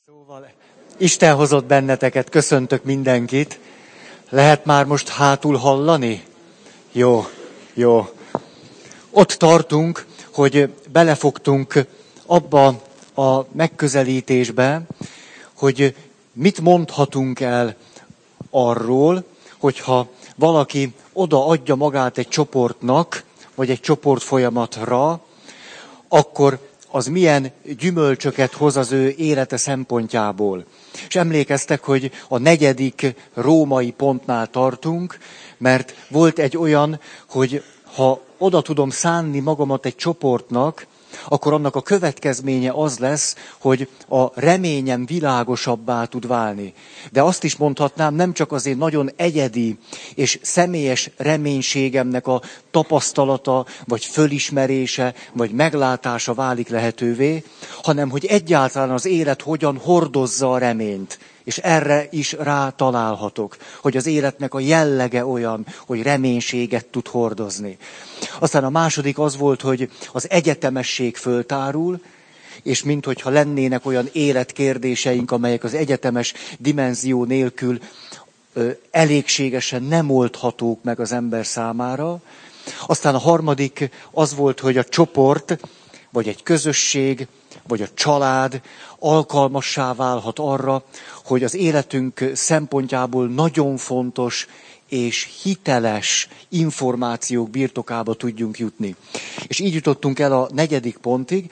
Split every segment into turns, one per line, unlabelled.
Szóval Isten hozott benneteket, köszöntök mindenkit. Lehet már most hátul hallani? Jó, jó. Ott tartunk, hogy belefogtunk abba a megközelítésbe, hogy mit mondhatunk el arról, hogyha valaki odaadja magát egy csoportnak, vagy egy csoportfolyamatra, akkor az milyen gyümölcsöket hoz az ő élete szempontjából. És emlékeztek, hogy a 4. római pontnál tartunk, mert volt egy olyan, hogy ha oda tudom szánni magamat egy csoportnak, akkor annak a következménye az lesz, hogy a reményem világosabbá tud válni. De azt is mondhatnám, nem csak az én nagyon egyedi és személyes reménységemnek a tapasztalata, vagy fölismerése, vagy meglátása válik lehetővé, hanem hogy egyáltalán az élet hogyan hordozza a reményt. És erre is rátalálhatok, hogy az életnek a jellege olyan, hogy reménységet tud hordozni. Aztán a második az volt, hogy az egyetemesség föltárul, és minthogyha lennének olyan életkérdéseink, amelyek az egyetemes dimenzió nélkül elégségesen nem oldhatók meg az ember számára. Aztán a harmadik az volt, hogy a csoport, vagy egy közösség, vagy a család alkalmassá válhat arra, hogy az életünk szempontjából nagyon fontos és hiteles információk birtokába tudjunk jutni. És így jutottunk el a 4. pontig,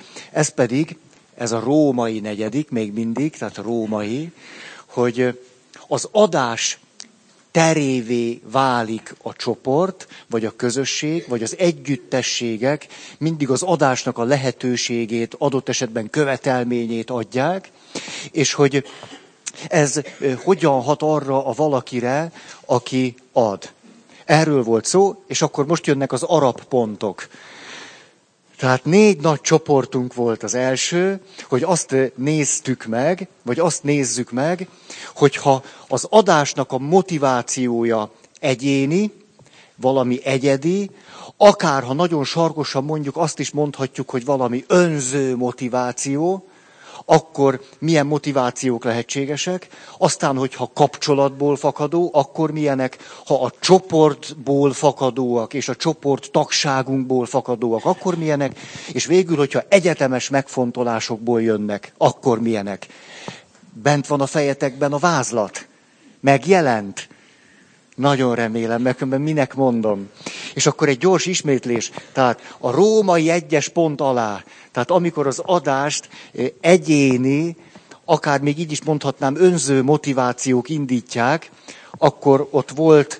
ez a római 4, még mindig, tehát a római, hogy az adás terévé válik a csoport, vagy a közösség, vagy az együttességek mindig az adásnak a lehetőségét, adott esetben követelményét adják, és hogy ez hogyan hat arra a valakire, aki ad. Erről volt szó, és akkor most jönnek az arab pontok. Tehát 4 nagy csoportunk volt az első, hogy azt néztük meg, vagy azt nézzük meg, hogyha az adásnak a motivációja egyéni, valami egyedi, akár ha nagyon sarkosan mondjuk, azt is mondhatjuk, hogy valami önző motiváció, akkor milyen motivációk lehetségesek, aztán, hogyha kapcsolatból fakadó, akkor milyenek, ha a csoportból fakadóak, és a csoport tagságunkból fakadóak, akkor milyenek, és végül, hogyha egyetemes megfontolásokból jönnek, akkor milyenek. Bent van a fejetekben a vázlat, megjelent. Nagyon remélem, mert minek mondom. És akkor egy gyors ismétlés, tehát a római 1. pont alá, tehát amikor az adást egyéni, akár még így is mondhatnám, önző motivációk indítják, akkor ott volt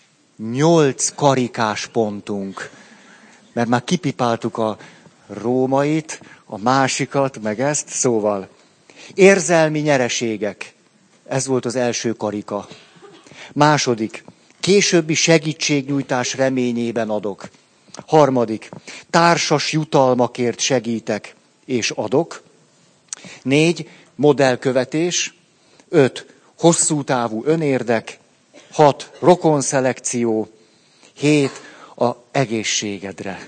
8 karikás pontunk. Mert már kipipáltuk a rómait, a másikat, meg ezt, szóval. Érzelmi nyereségek. Ez volt az első karika. Második, későbbi segítségnyújtás reményében adok. Harmadik, társas jutalmakért segítek és adok. 4, modellkövetés. 5, hosszú távú önérdek. 6, rokonszelekció. 7, a egészségedre.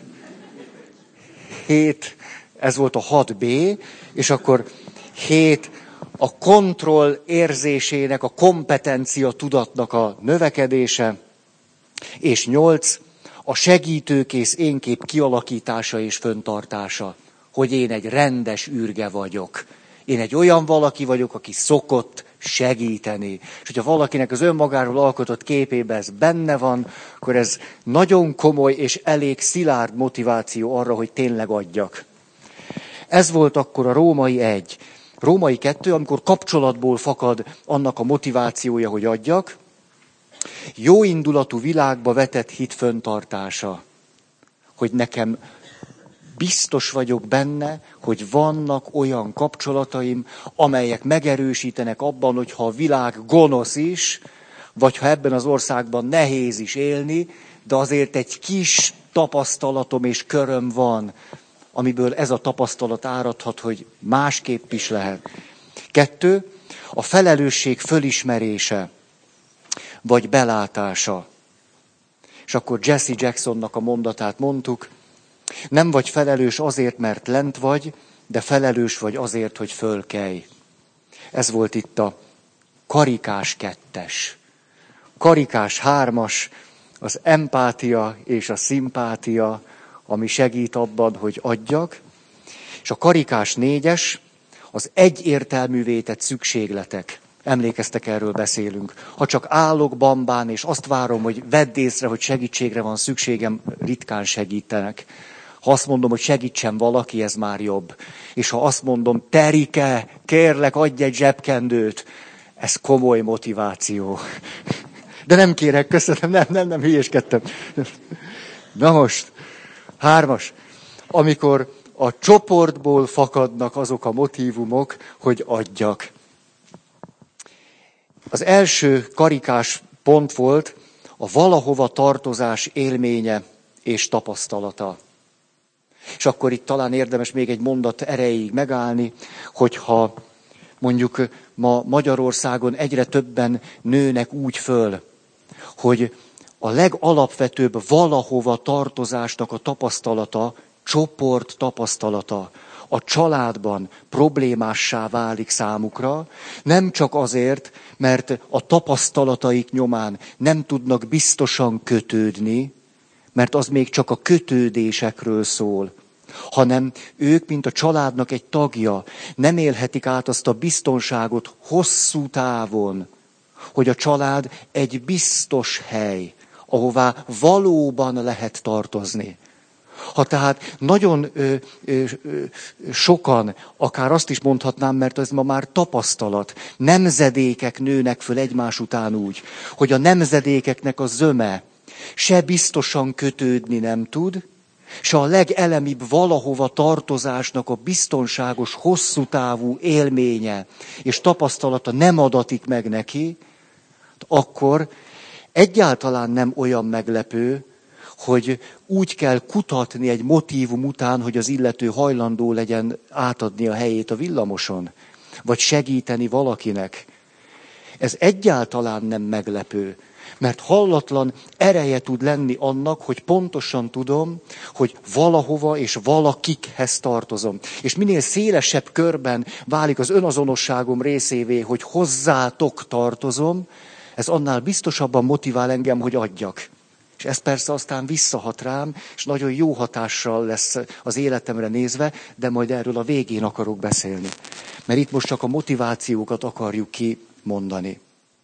7, ez volt a 6B, és akkor 7, a kontroll érzésének, a kompetencia tudatnak a növekedése, és 8, a segítőkész énkép kialakítása és föntartása, hogy én egy rendes űrge vagyok. Én egy olyan valaki vagyok, aki szokott segíteni. És hogyha valakinek az önmagáról alkotott képében ez benne van, akkor ez nagyon komoly és elég szilárd motiváció arra, hogy tényleg adjak. Ez volt akkor a római 1. Római 2, amikor kapcsolatból fakad annak a motivációja, hogy adjak. Jóindulatú világba vetett hit föntartása. Hogy nekem biztos vagyok benne, hogy vannak olyan kapcsolataim, amelyek megerősítenek abban, hogy ha a világ gonosz is, vagy ha ebben az országban nehéz is élni, de azért egy kis tapasztalatom és köröm van, amiből ez a tapasztalat áradhat, hogy másképp is lehet. 2, a felelősség fölismerése, vagy belátása. És akkor Jesse Jacksonnak a mondatát mondtuk, nem vagy felelős azért, mert lent vagy, de felelős vagy azért, hogy fölkelj. Ez volt itt a karikás 2-es. Karikás 3-as, az empátia és a szimpátia, ami segít abban, hogy adjak. És a karikás 4-es, az egyértelművé tett szükségletek. Emlékeztek, erről beszélünk. Ha csak állok bambán, és azt várom, hogy vedd észre, hogy segítségre van szükségem, ritkán segítenek. Ha azt mondom, hogy segítsen valaki, ez már jobb. És ha azt mondom, Terike, kérlek, adj egy zsebkendőt, ez komoly motiváció. De nem kérek, köszönöm, nem, hülyéskedtem. Na most, 3-as. Amikor a csoportból fakadnak azok a motívumok, hogy adjak. Az első karikás pont volt a valahova tartozás élménye és tapasztalata. És akkor itt talán érdemes még egy mondat erejéig megállni, hogyha mondjuk ma Magyarországon egyre többen nőnek úgy föl, hogy a legalapvetőbb valahova tartozásnak a tapasztalata, csoport tapasztalata a családban problémássá válik számukra, nem csak azért, mert a tapasztalataik nyomán nem tudnak biztosan kötődni, mert az még csak a kötődésekről szól, hanem ők, mint a családnak egy tagja, nem élhetik át azt a biztonságot hosszú távon, hogy a család egy biztos hely, ahová valóban lehet tartozni. Ha tehát nagyon sokan, akár azt is mondhatnám, mert ez ma már tapasztalat, nemzedékek nőnek föl egymás után úgy, hogy a nemzedékeknek a zöme se biztosan kötődni nem tud, se a legelemibb valahova tartozásnak a biztonságos, hosszú távú élménye és tapasztalata nem adatik meg neki, akkor egyáltalán nem olyan meglepő, hogy úgy kell kutatni egy motívum után, hogy az illető hajlandó legyen átadni a helyét a villamoson, vagy segíteni valakinek. Ez egyáltalán nem meglepő, mert hallatlan ereje tud lenni annak, hogy pontosan tudom, hogy valahova és valakikhez tartozom. És minél szélesebb körben válik az önazonosságom részévé, hogy hozzátok tartozom, ez annál biztosabban motivál engem, hogy adjak. És ez persze aztán visszahat rám, és nagyon jó hatással lesz az életemre nézve, de majd erről a végén akarok beszélni. Mert itt most csak a motivációkat akarjuk kimondani.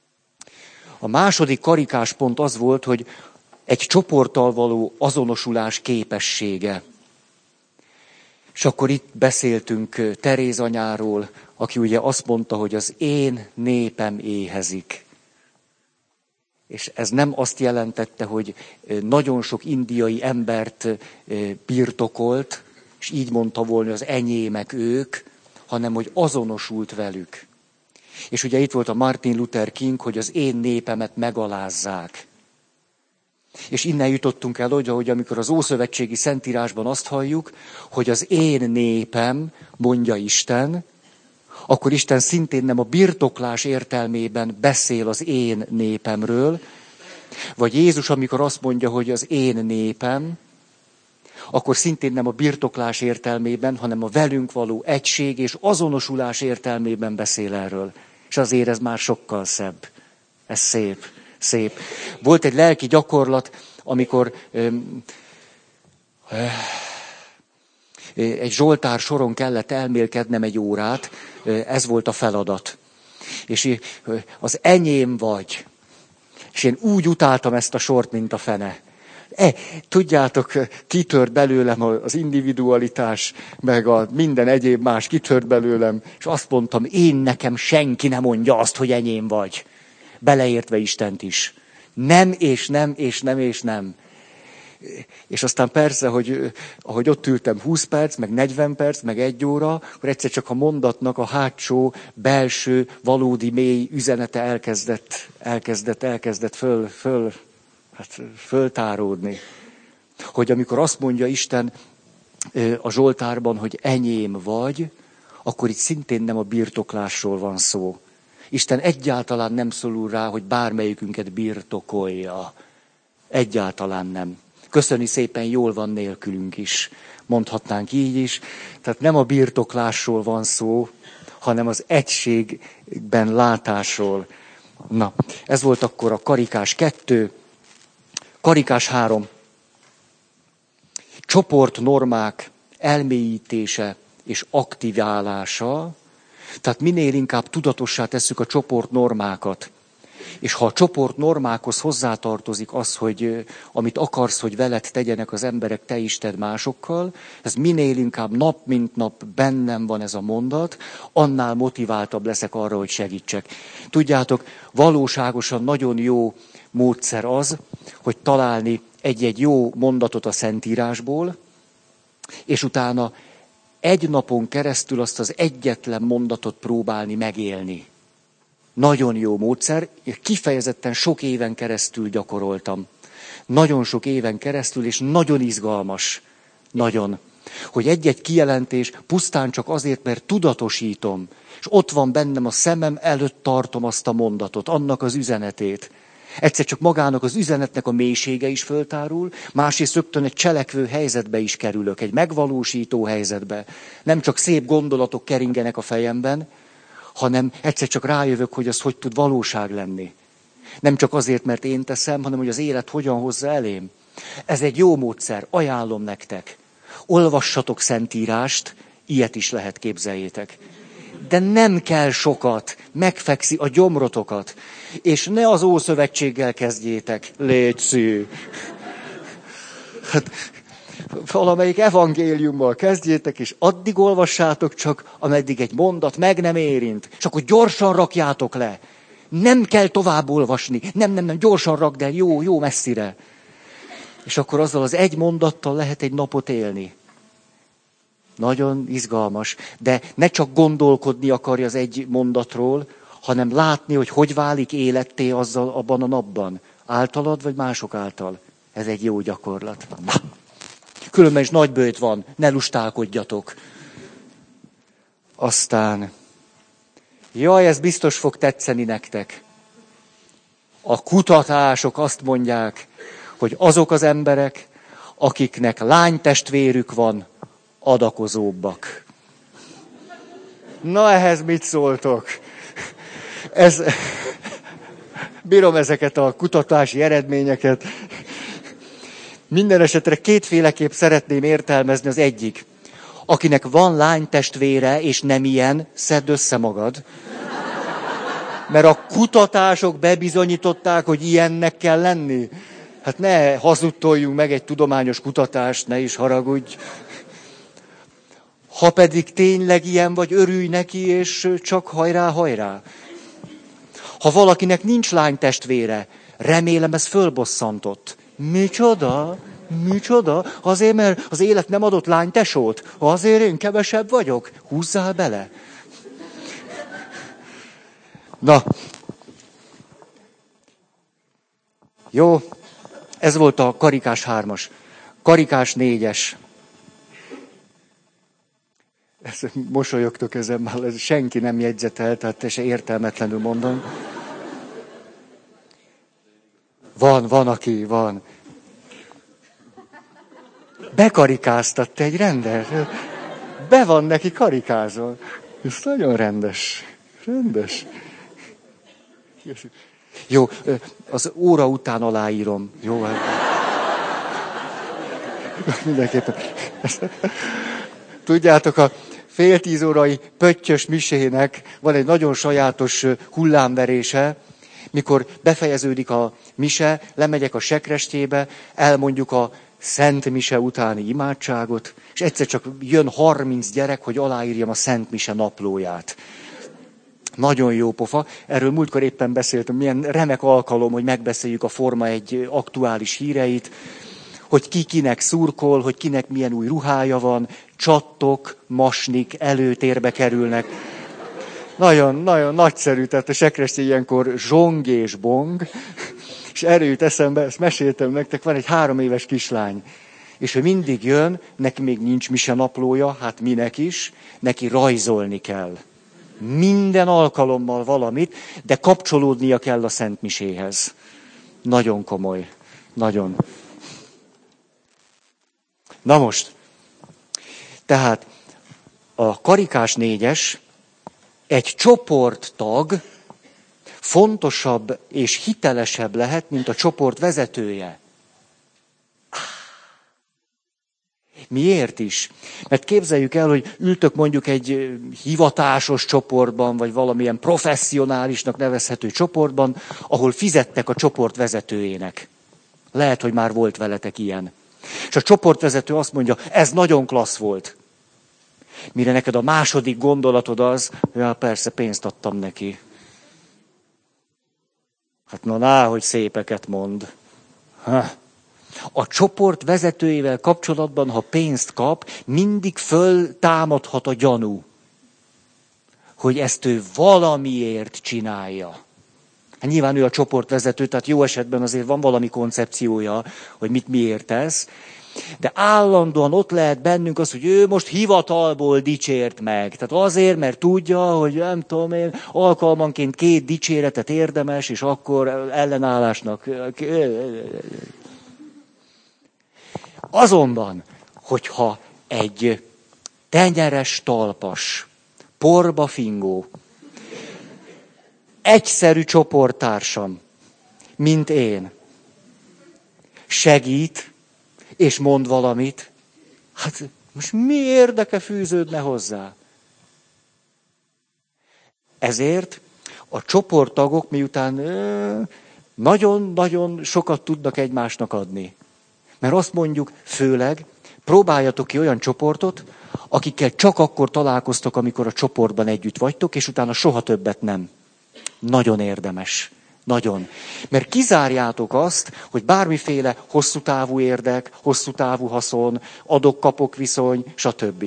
A második karikás pont az volt, hogy egy csoporttal való azonosulás képessége. És akkor itt beszéltünk Teréz anyáról, aki ugye azt mondta, hogy az én népem éhezik. És ez nem azt jelentette, hogy nagyon sok indiai embert birtokolt, és így mondta volna, hogy az enyémek ők, hanem hogy azonosult velük. És ugye itt volt a Martin Luther King, hogy az én népemet megalázzák. És innen jutottunk el oda, hogy amikor az Ószövetségi Szentírásban azt halljuk, hogy az én népem, mondja Isten, akkor Isten szintén nem a birtoklás értelmében beszél az én népemről, vagy Jézus, amikor azt mondja, hogy az én népem, akkor szintén nem a birtoklás értelmében, hanem a velünk való egység és azonosulás értelmében beszél erről. És azért ez már sokkal szebb. Ez szép, szép. Volt egy lelki gyakorlat, amikor egy Zsoltár soron kellett elmélkednem egy órát, ez volt a feladat. És az enyém vagy. És én úgy utáltam ezt a sort, mint a fene. Tudjátok, kitört belőlem az individualitás, meg a minden egyéb más kitört belőlem, és azt mondtam, én nekem senki nem mondja azt, hogy enyém vagy. Beleértve Istent is. Nem, és nem, és nem, és nem. És aztán persze, hogy ahogy ott ültem 20 perc, meg 40 perc, meg 1 óra, akkor egyszer csak a mondatnak a hátsó, belső, valódi mély üzenete elkezdett föltáródni. Hogy amikor azt mondja Isten a Zsoltárban, hogy enyém vagy, akkor itt szintén nem a birtoklásról van szó. Isten egyáltalán nem szólul rá, hogy bármelyikünket birtokolja. Egyáltalán nem. Köszöni szépen, jól van nélkülünk is. Mondhatnánk így is. Tehát nem a birtoklásról van szó, hanem az egységben látásról. Na, ez volt akkor a karikás 2. Karikás 3. Csoportnormák elmélyítése és aktiválása. Tehát minél inkább tudatossá tesszük a csoportnormákat. És ha a csoportnormákhoz hozzátartozik az, hogy amit akarsz, hogy veled tegyenek az emberek, te is tedd másokkal, ez minél inkább nap mint nap bennem van ez a mondat, annál motiváltabb leszek arra, hogy segítsek. Tudjátok, valóságosan nagyon jó módszer az, hogy találni egy-egy jó mondatot a Szentírásból, és utána egy napon keresztül azt az egyetlen mondatot próbálni megélni. Nagyon jó módszer, kifejezetten sok éven keresztül gyakoroltam. Nagyon sok éven keresztül, és nagyon izgalmas. Nagyon. Hogy egy-egy kijelentés pusztán csak azért, mert tudatosítom, és ott van bennem a szemem előtt tartom azt a mondatot, annak az üzenetét. Egyszer csak magának az üzenetnek a mélysége is föltárul, másrészt rögtön egy cselekvő helyzetbe is kerülök, egy megvalósító helyzetbe. Nem csak szép gondolatok keringenek a fejemben, hanem egyszer csak rájövök, hogy az hogy tud valóság lenni. Nem csak azért, mert én teszem, hanem hogy az élet hogyan hozza elém. Ez egy jó módszer, ajánlom nektek. Olvassatok Szentírást, ilyet is lehet, képzeljétek. De nem kell sokat, megfekszi a gyomrotokat. És ne az Ószövetséggel kezdjétek, légy. Hát, valamelyik evangéliummal kezdjétek, és addig olvassátok csak, ameddig egy mondat meg nem érint. És akkor gyorsan rakjátok le. Nem kell tovább olvasni. Nem, gyorsan rakd el, jó messzire. És akkor azzal az egy mondattal lehet egy napot élni. Nagyon izgalmas. De ne csak gondolkodni akarja az egy mondatról, hanem látni, hogy válik életté azzal abban a napban. Általad, vagy mások által. Ez egy jó gyakorlat. Na. Különben is nagy bőjt van, ne lustálkodjatok. Aztán, jaj, ez biztos fog tetszeni nektek. A kutatások azt mondják, hogy azok az emberek, akiknek lánytestvérük van, adakozóbbak. Na, ehhez mit szóltok? Bírom ezeket a kutatási eredményeket. Minden esetre kétféleképp szeretném értelmezni. Az egyik. Akinek van lánytestvére, és nem ilyen, szedd össze magad. Mert a kutatások bebizonyították, hogy ilyennek kell lenni. Hát ne hazudtoljunk meg egy tudományos kutatást, ne is haragudj. Ha pedig tényleg ilyen vagy, örülj neki, és csak hajrá. Ha valakinek nincs lánytestvére, remélem ez fölbosszantott. Micsoda? Azért, mert az élet nem adott lánytesót? Azért én kevesebb vagyok? Húzzál bele. Na. Jó, ez volt a karikás 3-as. Karikás 4-es. Mosolyogtok ezen, már senki nem jegyzetel, tehát te se értelmetlenül mondom. Van, aki van. Bekarikáztatta egy rendes. Be van neki karikázol. Ez nagyon rendes. Jó, az óra után aláírom. Jó, mindenképpen. Tudjátok, a 9:30 pöttyös misének van egy nagyon sajátos hullámverése, mikor befejeződik a mise, lemegyek a sekrestébe, elmondjuk a Szent Mise utáni imádságot, és egyszer csak jön 30 gyerek, hogy aláírjam a Szent Mise naplóját. Nagyon jó pofa. Erről múltkor éppen beszéltem, milyen remek alkalom, hogy megbeszéljük a Forma 1 aktuális híreit, hogy ki kinek szurkol, hogy kinek milyen új ruhája van, csattok, masnik előtérbe kerülnek. Nagyon nagyszerű, tehát a sekrestye ilyenkor zsong és bong, és erről jut eszembe, ezt meséltem nektek, van egy 3 éves kislány, és ő mindig jön, neki még nincs mise naplója, hát minek is, neki rajzolni kell. Minden alkalommal valamit, de kapcsolódnia kell a Szent Miséhez. Nagyon komoly. Nagyon. Na most, tehát a karikás 4-es, egy csoporttag fontosabb és hitelesebb lehet, mint a csoport vezetője. Miért is? Mert képzeljük el, hogy ültök mondjuk egy hivatásos csoportban, vagy valamilyen professzionálisnak nevezhető csoportban, ahol fizettek a csoport vezetőjének. Lehet, hogy már volt veletek ilyen. És a csoportvezető azt mondja, ez nagyon klassz volt. Mire neked a második gondolatod az, ja persze, pénzt adtam neki. Hát hogy szépeket mond. A csoport vezetőjével kapcsolatban, ha pénzt kap, mindig föltámadhat a gyanú, hogy ezt ő valamiért csinálja. Hát nyilván ő a csoportvezető, tehát jó esetben azért van valami koncepciója, hogy mit miért tesz, de állandóan ott lehet bennünk az, hogy ő most hivatalból dicsért meg. Tehát azért, mert tudja, hogy nem tudom én, alkalmanként 2 dicséretet érdemes, és akkor ellenállásnak. Azonban, hogyha egy tenyeres talpas, porba fingó, egyszerű csoporttársam, mint én, segít, és mond valamit, hát most mi érdeke fűződne hozzá? Ezért a csoporttagok miután nagyon-nagyon sokat tudnak egymásnak adni. Mert azt mondjuk, főleg, próbáljatok ki olyan csoportot, akikkel csak akkor találkoztok, amikor a csoportban együtt vagytok, és utána soha többet nem. Nagyon érdemes. Nagyon. Mert kizárjátok azt, hogy bármiféle hosszú távú érdek, hosszú távú haszon, adok-kapok viszony, stb.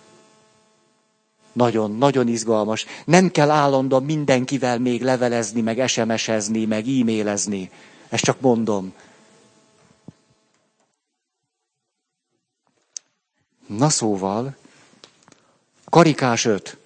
Nagyon, nagyon izgalmas. Nem kell állandóan mindenkivel még levelezni, meg SMS-ezni, meg e-mailezni. Ezt csak mondom. Na szóval, karikás 5.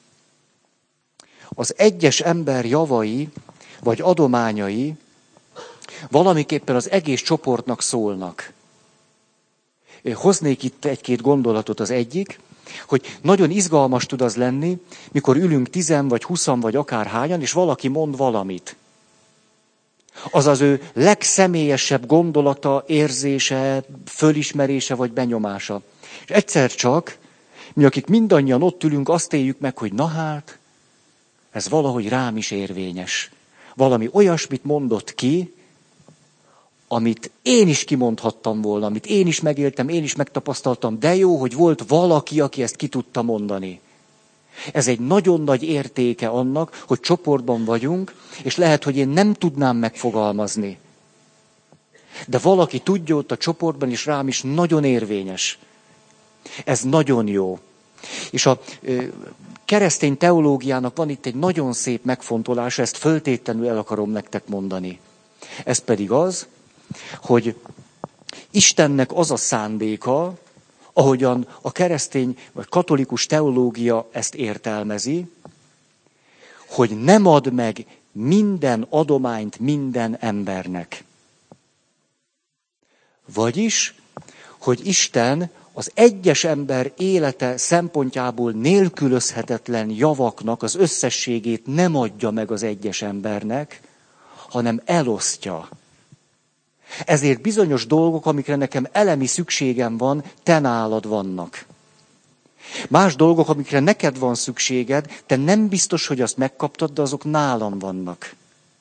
Az egyes ember javai, vagy adományai valamiképpen az egész csoportnak szólnak. Hoznék itt 1-2 gondolatot. Az egyik, hogy nagyon izgalmas tud az lenni, mikor ülünk 10 vagy 20 vagy akárhányan, és valaki mond valamit. Az az ő legszemélyesebb gondolata, érzése, fölismerése vagy benyomása. És egyszer csak, mi akik mindannyian ott ülünk, azt éljük meg, hogy na hát, ez valahogy rám is érvényes. Valami olyasmit mondott ki, amit én is kimondhattam volna, amit én is megéltem, én is megtapasztaltam, de jó, hogy volt valaki, aki ezt ki tudta mondani. Ez egy nagyon nagy értéke annak, hogy csoportban vagyunk, és lehet, hogy én nem tudnám megfogalmazni. De valaki tudja ott a csoportban, és rám is nagyon érvényes. Ez nagyon jó. És a keresztény teológiának van itt egy nagyon szép megfontolása, ezt föltétlenül el akarom nektek mondani. Ez pedig az, hogy Istennek az a szándéka, ahogyan a keresztény vagy katolikus teológia ezt értelmezi, hogy nem ad meg minden adományt minden embernek. Vagyis, hogy Isten az egyes ember élete szempontjából nélkülözhetetlen javaknak az összességét nem adja meg az egyes embernek, hanem elosztja. Ezért bizonyos dolgok, amikre nekem elemi szükségem van, te nálad vannak. Más dolgok, amikre neked van szükséged, te nem biztos, hogy azt megkaptad, de azok nálam vannak.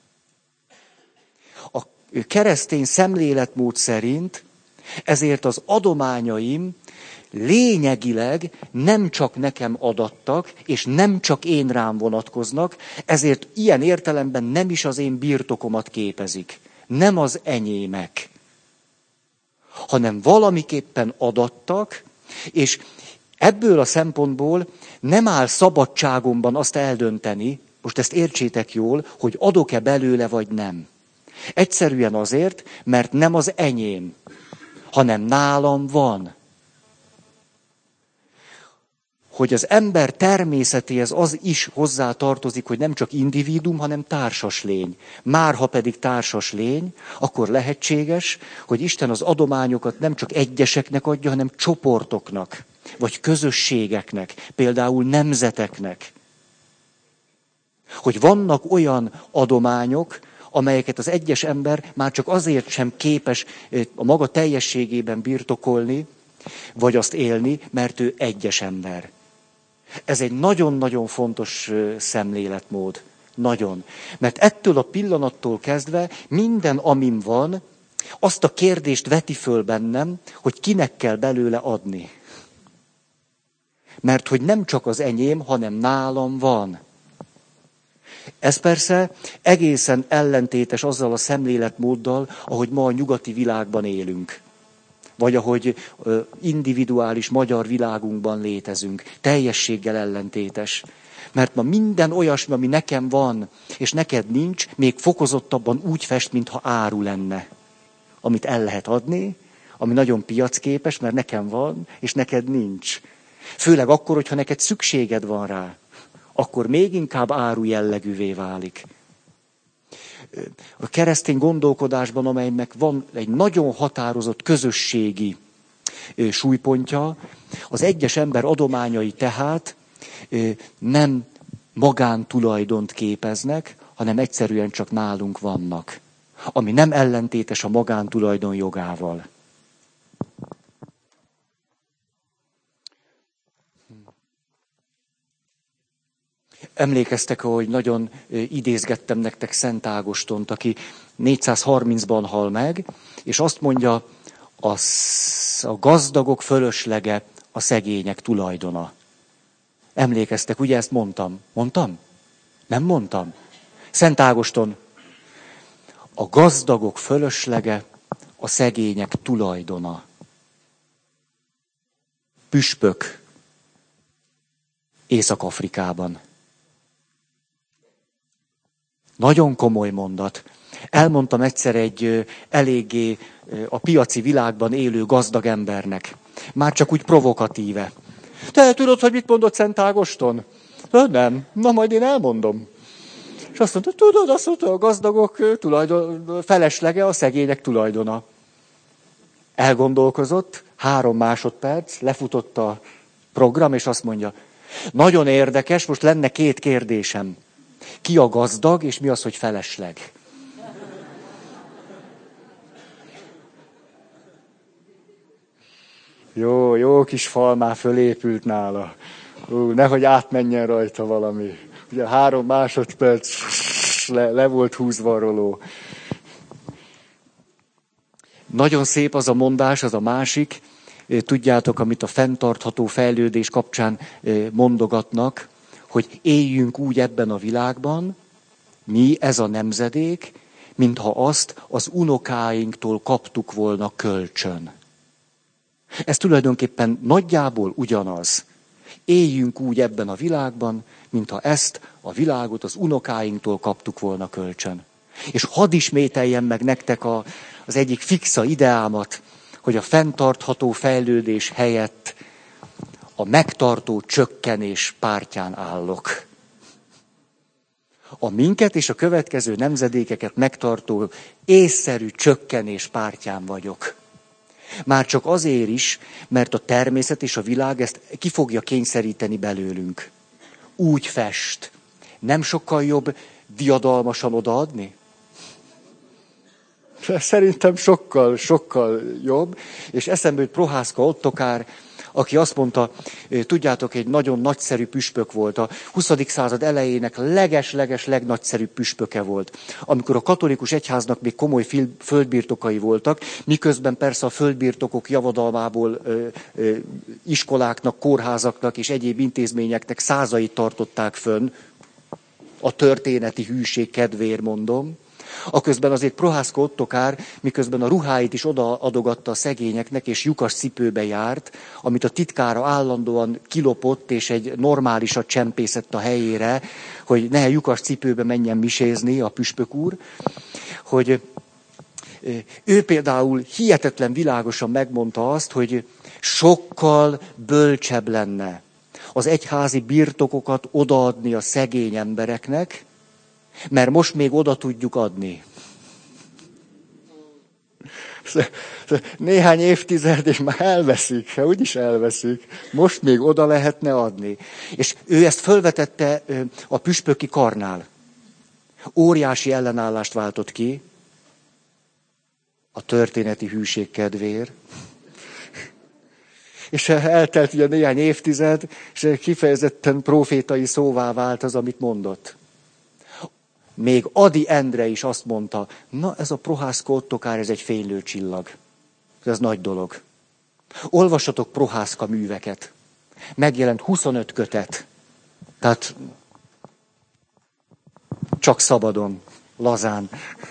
A keresztény szemléletmód szerint ezért az adományaim lényegileg nem csak nekem adattak, és nem csak én rám vonatkoznak, ezért ilyen értelemben nem is az én birtokomat képezik. Nem az enyémek, hanem valamiképpen adattak, és ebből a szempontból nem áll szabadságomban azt eldönteni, most ezt értsétek jól, hogy adok-e belőle vagy nem. Egyszerűen azért, mert nem az enyém, hanem nálam van. Hogy az ember természetéhez az is hozzá tartozik, hogy nem csak individuum, hanem társas lény. Már ha pedig társas lény, akkor lehetséges, hogy Isten az adományokat nem csak egyeseknek adja, hanem csoportoknak, vagy közösségeknek, például nemzeteknek. Hogy vannak olyan adományok, amelyeket az egyes ember már csak azért sem képes a maga teljességében birtokolni, vagy azt élni, mert ő egyes ember. Ez egy nagyon-nagyon fontos szemléletmód. Nagyon. Mert ettől a pillanattól kezdve minden, amim van, azt a kérdést veti föl bennem, hogy kinek kell belőle adni. Mert hogy nem csak az enyém, hanem nálam van. Ez persze egészen ellentétes azzal a szemléletmóddal, ahogy ma a nyugati világban élünk. Vagy ahogy individuális magyar világunkban létezünk. Teljességgel ellentétes. Mert ma minden olyasmi, ami nekem van, és neked nincs, még fokozottabban úgy fest, mintha áru lenne. Amit el lehet adni, ami nagyon piacképes, mert nekem van, és neked nincs. Főleg akkor, hogyha neked szükséged van rá, akkor még inkább áru jellegűvé válik. A keresztény gondolkodásban, amelynek van egy nagyon határozott közösségi súlypontja, az egyes ember adományai tehát nem magántulajdont képeznek, hanem egyszerűen csak nálunk vannak, ami nem ellentétes a magántulajdon jogával. Emlékeztek, hogy nagyon idézgettem nektek Szent Ágostont, aki 430-ban hal meg, és azt mondja, a gazdagok fölöslege a szegények tulajdona. Emlékeztek, ugye ezt mondtam? Mondtam? Nem mondtam? Szent Ágoston, a gazdagok fölöslege a szegények tulajdona. Püspök Észak-Afrikában. Nagyon komoly mondat. Elmondtam egyszer egy eléggé a piaci világban élő gazdag embernek. Már csak úgy provokatíve. Te tudod, hogy mit mondott Szent Ágoston? Nem. Na, majd én elmondom. És azt mondta, tudod, a gazdagok feleslega a szegények tulajdona. Elgondolkozott, 3 másodperc, lefutott a program, és azt mondja, nagyon érdekes, most lenne 2 kérdésem. Ki a gazdag, és mi az, hogy felesleg? Jó kis fal már fölépült nála. Nehogy átmenjen rajta valami. Ugye 3 másodperc le volt húzva a roló. Nagyon szép az a mondás, az a másik. Tudjátok, amit a fenntartható fejlődés kapcsán mondogatnak, hogy éljünk úgy ebben a világban, mi, ez a nemzedék, mintha azt az unokáinktól kaptuk volna kölcsön. Ez tulajdonképpen nagyjából ugyanaz. Éljünk úgy ebben a világban, mintha ezt a világot az unokáinktól kaptuk volna kölcsön. És hadd ismételjem meg nektek az egyik fixa ideámat, hogy a fenntartható fejlődés helyett a megtartó csökkenés pártján állok. A minket és a következő nemzedékeket megtartó észszerű csökkenés pártján vagyok. Már csak azért is, mert a természet és a világ ezt ki fogja kényszeríteni belőlünk. Úgy fest. Nem sokkal jobb diadalmasan odaadni? Szerintem sokkal jobb. És eszembe jut Prohászka Ottokár, aki azt mondta, tudjátok, egy nagyon nagyszerű püspök volt. A 20. század elejének leges-leges legnagyszerűbb püspöke volt. Amikor a katolikus egyháznak még komoly földbirtokai voltak, miközben persze a földbirtokok javadalmából iskoláknak, kórházaknak és egyéb intézményeknek százait tartották fönn, a történeti hűség kedvéért mondom. Aközben azért Prohászka Ottokár, miközben a ruháit is odaadogatta a szegényeknek, és lyukas cipőbe járt, amit a titkára állandóan kilopott, és egy normálisat csempészett a helyére, hogy ne lyukas cipőbe menjen misézni a püspök úr, hogy ő például hihetetlen világosan megmondta azt, hogy sokkal bölcsebb lenne az egyházi birtokokat odaadni a szegény embereknek, mert most még oda tudjuk adni. Néhány évtized, és már elveszik, se úgyis elveszik. Most még oda lehetne adni. És ő ezt fölvetette a püspöki karnál. Óriási ellenállást váltott ki a történeti hűség kedvéért. És eltelt ugye néhány évtized, és kifejezetten profétai szóvá vált az, amit mondott. Még Ady Endre is azt mondta, na ez a Prohászka Ottokár, ez egy fénylő csillag. Ez nagy dolog. Olvassatok Prohászka műveket. Megjelent 25 kötet. Tehát csak szabadon, lazán.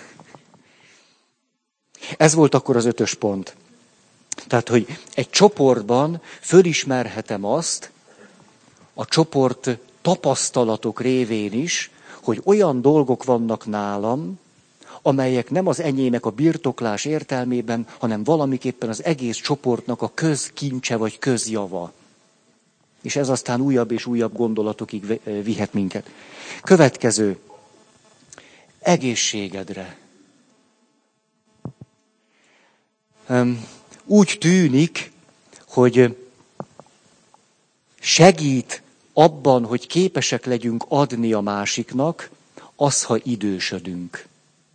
Ez volt akkor az 5. pont. Tehát, hogy egy csoportban fölismerhetem azt, a csoport tapasztalatok révén is, hogy olyan dolgok vannak nálam, amelyek nem az enyémek a birtoklás értelmében, hanem valamiképpen az egész csoportnak a közkincse vagy közjava. És ez aztán újabb és újabb gondolatokig vihet minket. Következő. Egészségedre. Úgy tűnik, hogy segít abban, hogy képesek legyünk adni a másiknak, az, ha idősödünk.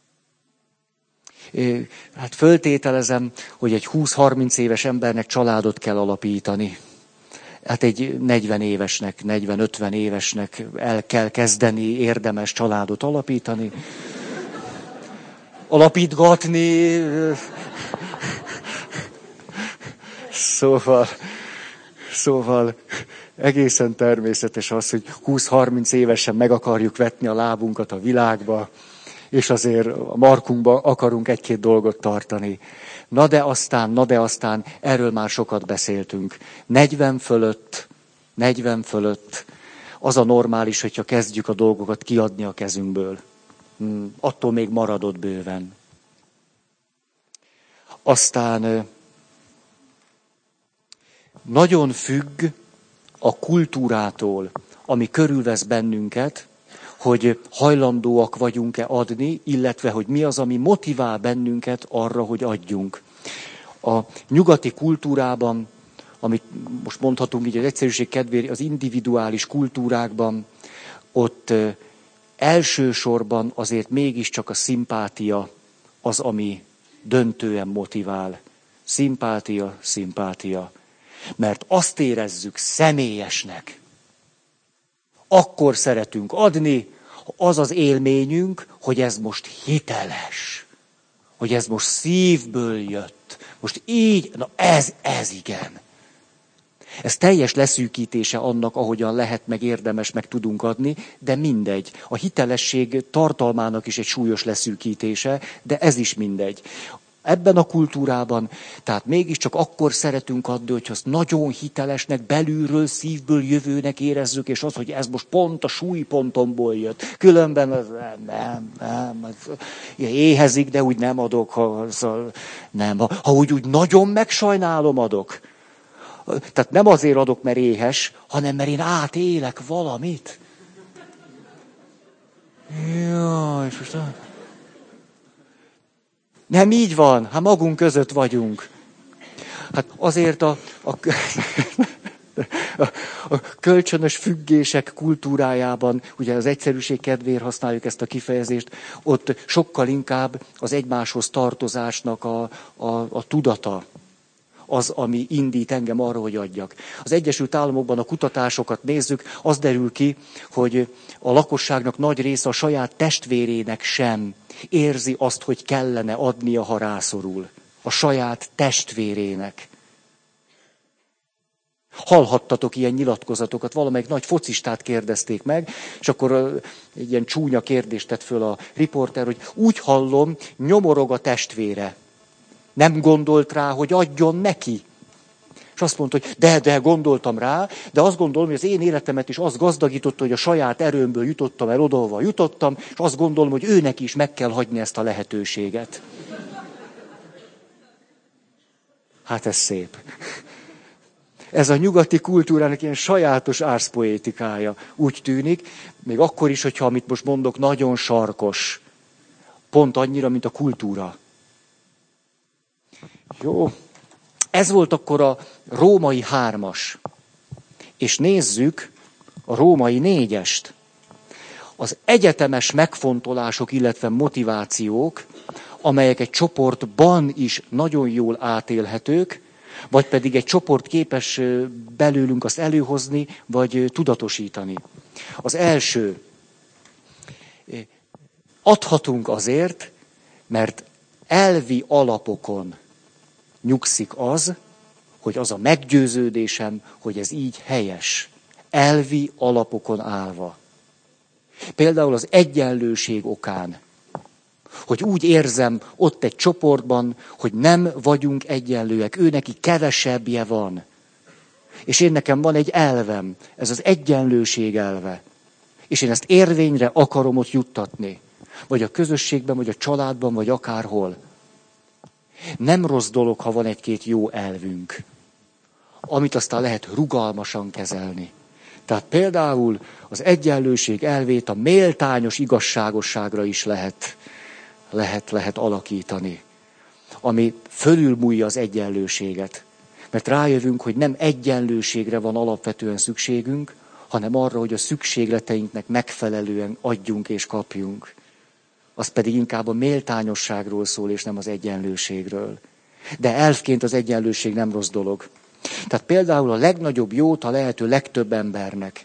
Hát föltételezem, hogy egy 20-30 éves embernek családot kell alapítani. Hát egy 40 évesnek, 40-50 évesnek el kell kezdeni érdemes családot alapítani. Alapítgatni. Szóval egészen természetes az, hogy 20-30 évesen meg akarjuk vetni a lábunkat a világba, és azért a markunkba akarunk egy-két dolgot tartani. Na de aztán, erről már sokat beszéltünk. 40 fölött, az a normális, hogyha kezdjük a dolgokat kiadni a kezünkből. Attól még maradott bőven. Aztán nagyon függ a kultúrától, ami körülvesz bennünket, hogy hajlandóak vagyunk-e adni, illetve hogy mi az, ami motivál bennünket arra, hogy adjunk. A nyugati kultúrában, amit most mondhatunk így az egyszerűség kedvéért, az individuális kultúrákban, ott elsősorban azért mégiscsak a szimpátia az, ami döntően motivál. Szimpátia. Mert azt érezzük személyesnek. Akkor szeretünk adni, az az élményünk, hogy ez most hiteles. Hogy ez most szívből jött. Most így, na ez igen. Ez teljes leszűkítése annak, ahogyan lehet, meg érdemes, meg tudunk adni, de mindegy. A hitelesség tartalmának is egy súlyos leszűkítése, de ez is mindegy. Ebben a kultúrában, tehát mégiscsak akkor szeretünk adni, hogy azt nagyon hitelesnek, belülről, szívből jövőnek érezzük, és az, hogy ez most pont a súlypontomból jött. Különben az, nem, éhezik, de úgy nem adok, ha úgy nagyon megsajnálom, adok. Tehát nem azért adok, mert éhes, hanem mert én átélek valamit. Jaj, és most... Nem így van, hát magunk között vagyunk. Hát azért a kölcsönös függések kultúrájában, ugye az egyszerűség kedvéért használjuk ezt a kifejezést, ott sokkal inkább az egymáshoz tartozásnak a tudata az, ami indít engem arra, hogy adjak. Az Egyesült Államokban a kutatásokat nézzük, az derül ki, hogy a lakosságnak nagy része a saját testvérének sem érzi azt, hogy kellene adnia, ha rászorul. A saját testvérének. Hallhattatok ilyen nyilatkozatokat, valamelyik nagy focistát kérdezték meg, és akkor egy ilyen csúnya kérdést tett föl a riporter, hogy úgy hallom, nyomorog a testvére. Nem gondolt rá, hogy adjon neki. És azt mondta, hogy de gondoltam rá, de azt gondolom, hogy az én életemet is az gazdagította, hogy a saját erőmből jutottam el oda, ahova jutottam, és azt gondolom, hogy őnek is meg kell hagyni ezt a lehetőséget. Hát ez szép. Ez a nyugati kultúrának ilyen sajátos árszpoétikája. Úgy tűnik, még akkor is, hogyha amit most mondok, nagyon sarkos. Pont annyira, mint a kultúra. Jó. Ez volt akkor a római 3-as. És nézzük a római 4-est. Az egyetemes megfontolások, illetve motivációk, amelyek egy csoportban is nagyon jól átélhetők, vagy pedig egy csoport képes belőlünk azt előhozni, vagy tudatosítani. Az első, adhatunk azért, mert elvi alapokon nyugszik az, hogy az a meggyőződésem, hogy ez így helyes. Elvi alapokon állva. Például az egyenlőség okán. Hogy úgy érzem ott egy csoportban, hogy nem vagyunk egyenlőek, ő neki kevesebbje van. És én nekem van egy elvem, ez az egyenlőség elve. És én ezt érvényre akarom ott juttatni. Vagy a közösségben, vagy a családban, vagy akárhol. Nem rossz dolog, ha van egy-két jó elvünk, amit aztán lehet rugalmasan kezelni. Tehát például az egyenlőség elvét a méltányos igazságosságra is lehet alakítani, ami fölülmúlja az egyenlőséget. Mert rájövünk, hogy nem egyenlőségre van alapvetően szükségünk, hanem arra, hogy a szükségleteinknek megfelelően adjunk és kapjunk. Az pedig inkább a méltányosságról szól, és nem az egyenlőségről. De elfként az egyenlőség nem rossz dolog. Tehát például a legnagyobb jót a lehető legtöbb embernek.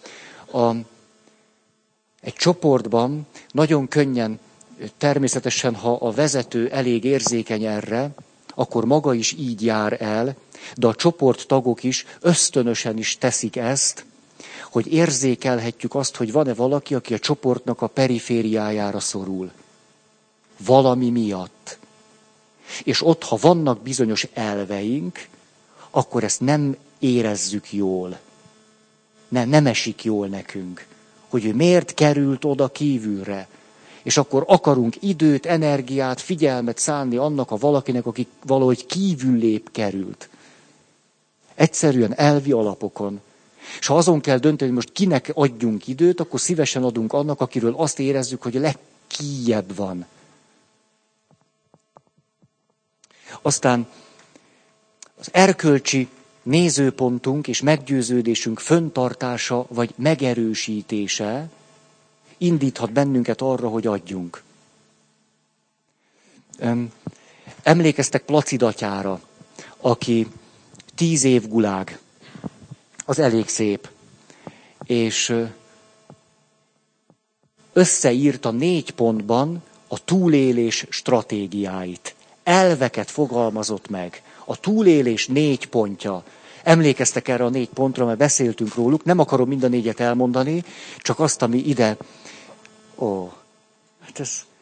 Egy csoportban nagyon könnyen, természetesen, ha a vezető elég érzékeny erre, akkor maga is így jár el, de a csoporttagok is ösztönösen is teszik ezt, hogy érzékelhetjük azt, hogy van-e valaki, aki a csoportnak a perifériájára szorul. Valami miatt. És ott, ha vannak bizonyos elveink, akkor ezt nem érezzük jól. Nem esik jól nekünk. Hogy ő miért került oda kívülre. És akkor akarunk időt, energiát, figyelmet szánni annak a valakinek, aki valahogy kívüllép került. Egyszerűen elvi alapokon. És ha azon kell dönteni, hogy most kinek adjunk időt, akkor szívesen adunk annak, akiről azt érezzük, hogy a legkijebb van. Aztán az erkölcsi nézőpontunk és meggyőződésünk föntartása vagy megerősítése indíthat bennünket arra, hogy adjunk. Emlékeztek Placid atyára, aki 10 év gulág. Az elég szép. És összeírta 4 pontban a túlélés stratégiáit. Elveket fogalmazott meg. A túlélés 4 pontja. Emlékeztek erre a 4 pontra, mert beszéltünk róluk. Nem akarom mind a 4-et elmondani, csak azt, ami ide... Hát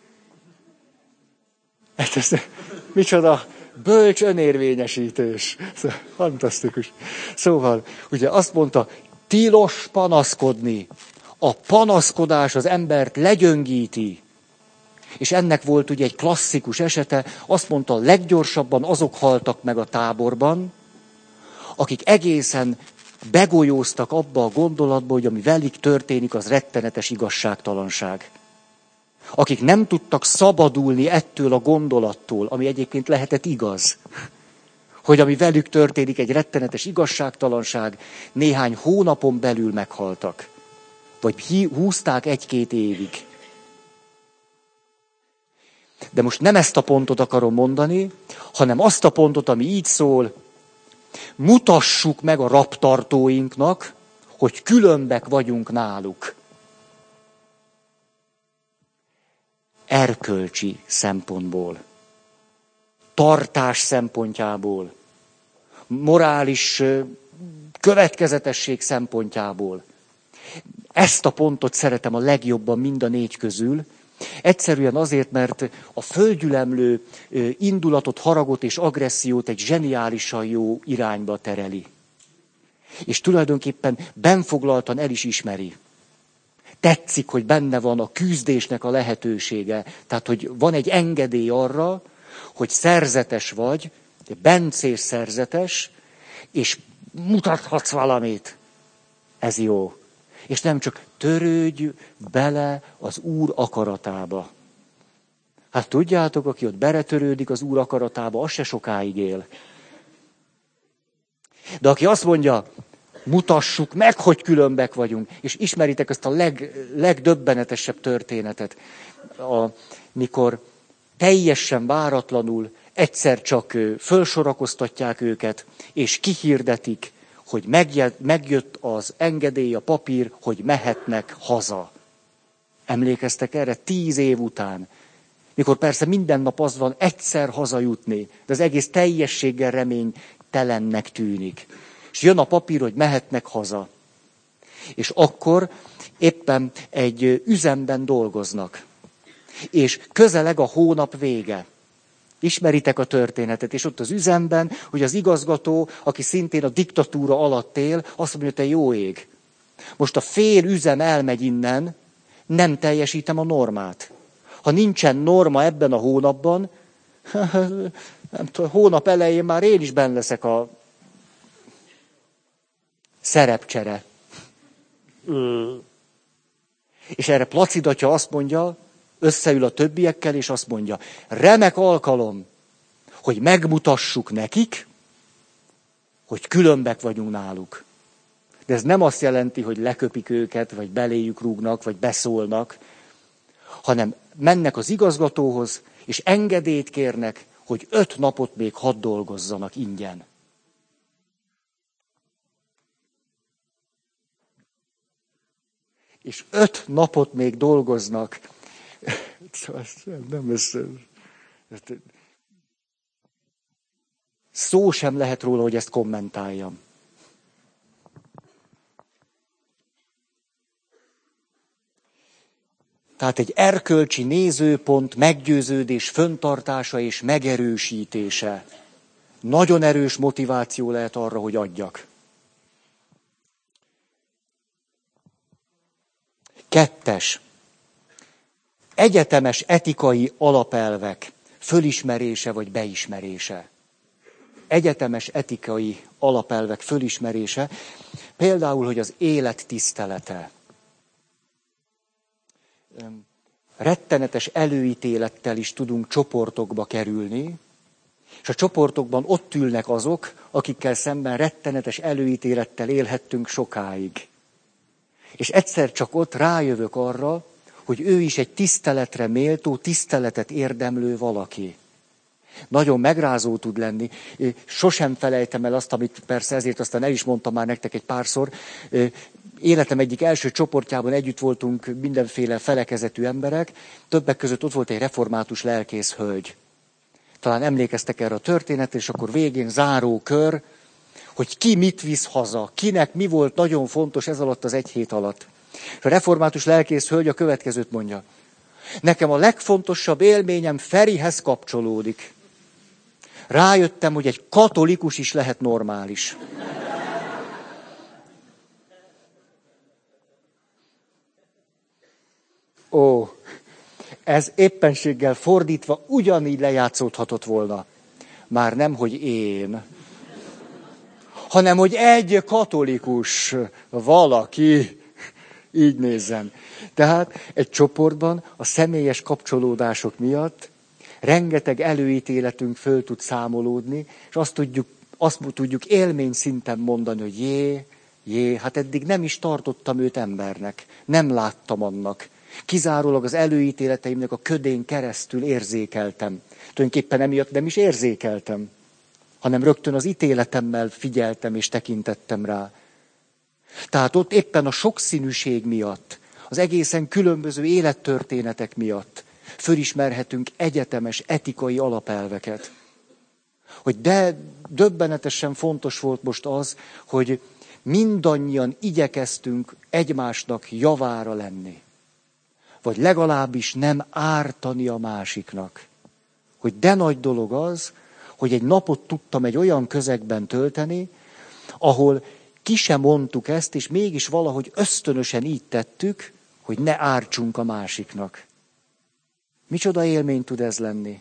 ez micsoda bölcs önérvényesítés. Fantasztikus. Szóval, ugye azt mondta, tilos panaszkodni. A panaszkodás az embert legyöngíti. És ennek volt ugye egy klasszikus esete, azt mondta, leggyorsabban azok haltak meg a táborban, akik egészen begolyóztak abba a gondolatba, hogy ami velük történik, az rettenetes igazságtalanság. Akik nem tudtak szabadulni ettől a gondolattól, ami egyébként lehetett igaz, hogy ami velük történik, egy rettenetes igazságtalanság, néhány hónapon belül meghaltak. Vagy húzták 1-2 évig. De most nem ezt a pontot akarom mondani, hanem azt a pontot, ami így szól, mutassuk meg a rabtartóinknak, hogy különbek vagyunk náluk. Erkölcsi szempontból, tartás szempontjából, morális következetesség szempontjából. Ezt a pontot szeretem a legjobban mind a 4 közül, egyszerűen azért, mert a földgyülemlő indulatot, haragot és agressziót egy zseniálisan jó irányba tereli. És tulajdonképpen benfoglaltan el is ismeri. Tetszik, hogy benne van a küzdésnek a lehetősége. Tehát, hogy van egy engedély arra, hogy szerzetes vagy, bencés szerzetes, és mutathatsz valamit. Ez jó. És nem csak törődj bele az Úr akaratába. Hát tudjátok, aki ott beretörődik az Úr akaratába, az se sokáig él. De aki azt mondja, mutassuk meg, hogy különbek vagyunk, és ismeritek ezt a legdöbbenetesebb történetet, mikor teljesen váratlanul egyszer csak fölsorakoztatják őket, és kihirdetik, hogy megjött az engedély, a papír, hogy mehetnek haza. Emlékeztek erre? 10 év után. Mikor persze minden nap az van, egyszer hazajutni, de az egész teljességgel reménytelennek tűnik. És jön a papír, hogy mehetnek haza. És akkor éppen egy üzemben dolgoznak. És közeleg a hónap vége. Ismeritek a történetet, és ott az üzemben, hogy az igazgató, aki szintén a diktatúra alatt él, azt mondja, hogy te jó ég. Most a fél üzem elmegy innen, nem teljesítem a normát. Ha nincsen norma ebben a hónapban, nem tudom, hónap elején már én is benne leszek a szerepcsere. És erre Placid atya azt mondja, összeül a többiekkel, és azt mondja, remek alkalom, hogy megmutassuk nekik, hogy különbek vagyunk náluk. De ez nem azt jelenti, hogy leköpik őket, vagy beléjük rúgnak, vagy beszólnak, hanem mennek az igazgatóhoz, és engedélyt kérnek, hogy 5 napot még hadd dolgozzanak ingyen. És 5 napot még dolgoznak. Nem szó sem lehet róla, hogy ezt kommentáljam. Tehát egy erkölcsi nézőpont, meggyőződés fenntartása és megerősítése. Nagyon erős motiváció lehet arra, hogy adjak. 2. Egyetemes etikai alapelvek fölismerése vagy beismerése. Egyetemes etikai alapelvek fölismerése, például, hogy az élet tisztelete. Rettenetes előítélettel is tudunk csoportokba kerülni, és a csoportokban ott ülnek azok, akikkel szemben rettenetes előítélettel élhettünk sokáig. És egyszer csak ott rájövök arra, hogy ő is egy tiszteletre méltó, tiszteletet érdemlő valaki. Nagyon megrázó tud lenni. Sosem felejtem el azt, amit persze ezért aztán el is mondtam már nektek egy párszor. Életem egyik első csoportjában együtt voltunk mindenféle felekezetű emberek, többek között ott volt egy református lelkész hölgy. Talán emlékeztek erre a történetre, és akkor végén záró kör, hogy ki mit visz haza, kinek mi volt nagyon fontos ez alatt az 1 hét alatt. És a református lelkész hölgy a következőt mondja. Nekem a legfontosabb élményem Ferihez kapcsolódik. Rájöttem, hogy egy katolikus is lehet normális. Ó, ez éppenséggel fordítva ugyanígy lejátszódhatott volna. Már nem, hogy én, hanem, hogy egy katolikus valaki így nézzen. Tehát egy csoportban a személyes kapcsolódások miatt rengeteg előítéletünk föl tud számolódni, és azt tudjuk élmény szinten mondani, hogy hát eddig nem is tartottam őt embernek, nem láttam annak. Kizárólag az előítéleteimnek a ködén keresztül érzékeltem. Tulajdonképpen emiatt nem is érzékeltem, hanem rögtön az ítéletemmel figyeltem és tekintettem rá. Tehát ott éppen a sokszínűség miatt, az egészen különböző élettörténetek miatt fölismerhetünk egyetemes etikai alapelveket. Hogy de döbbenetesen fontos volt most az, hogy mindannyian igyekeztünk egymásnak javára lenni. Vagy legalábbis nem ártani a másiknak. Hogy de nagy dolog az, hogy egy napot tudtam egy olyan közegben tölteni, ahol ki sem mondtuk ezt, és mégis valahogy ösztönösen így tettük, hogy ne ártsunk a másiknak. Micsoda élmény tud ez lenni?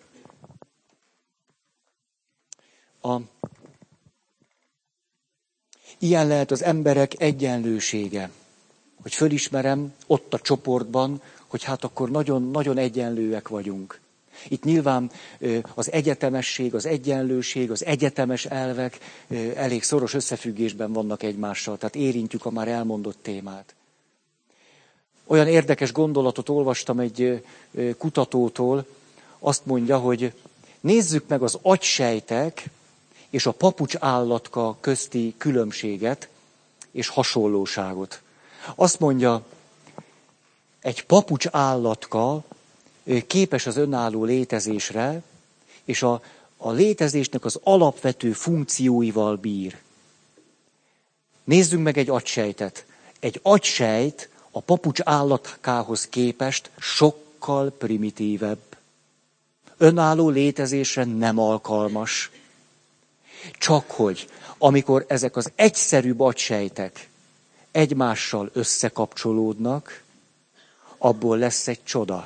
Ilyen lehet az emberek egyenlősége. Hogy fölismerem ott a csoportban, hogy hát akkor nagyon egyenlőek vagyunk. Itt nyilván az egyetemesség, az egyenlőség, az egyetemes elvek elég szoros összefüggésben vannak egymással, tehát érintjük a már elmondott témát. Olyan érdekes gondolatot olvastam egy kutatótól, azt mondja, hogy nézzük meg az agysejtek és a papucsállatka közti különbséget és hasonlóságot. Azt mondja, egy papucsállatka képes az önálló létezésre, és a létezésnek az alapvető funkcióival bír. Nézzünk meg egy agysejtet. Egy agysejt a papucsállatkához képest sokkal primitívebb. Önálló létezésre nem alkalmas. Csak hogy, amikor ezek az egyszerűbb agysejtek egymással összekapcsolódnak, abból lesz egy csoda.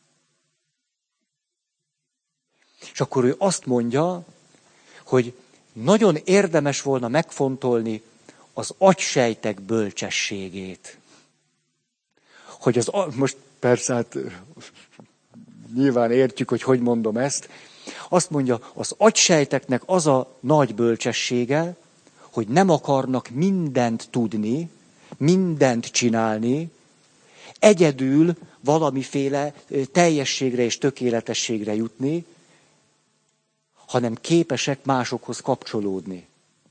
És akkor ő azt mondja, hogy nagyon érdemes volna megfontolni az agysejtek bölcsességét. Hogy most persze, hát nyilván értjük, hogy mondom ezt. Azt mondja, az agysejteknek az a nagy bölcsessége, hogy nem akarnak mindent tudni, mindent csinálni, egyedül valamiféle teljességre és tökéletességre jutni, hanem képesek másokhoz kapcsolódni.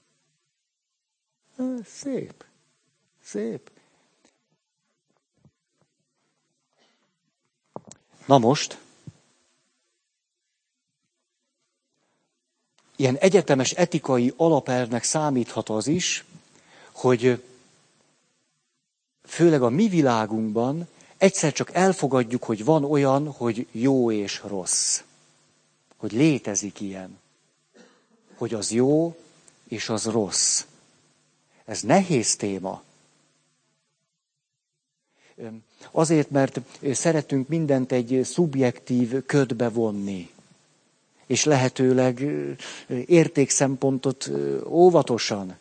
Szép. Szép. Na most, ilyen egyetemes etikai alapelvnek számíthat az is, hogy főleg a mi világunkban egyszer csak elfogadjuk, hogy van olyan, hogy jó és rossz. Hogy létezik ilyen. Hogy az jó és az rossz. Ez nehéz téma. Azért, mert szeretünk mindent egy szubjektív ködbe vonni. És lehetőleg értékszempontot óvatosan.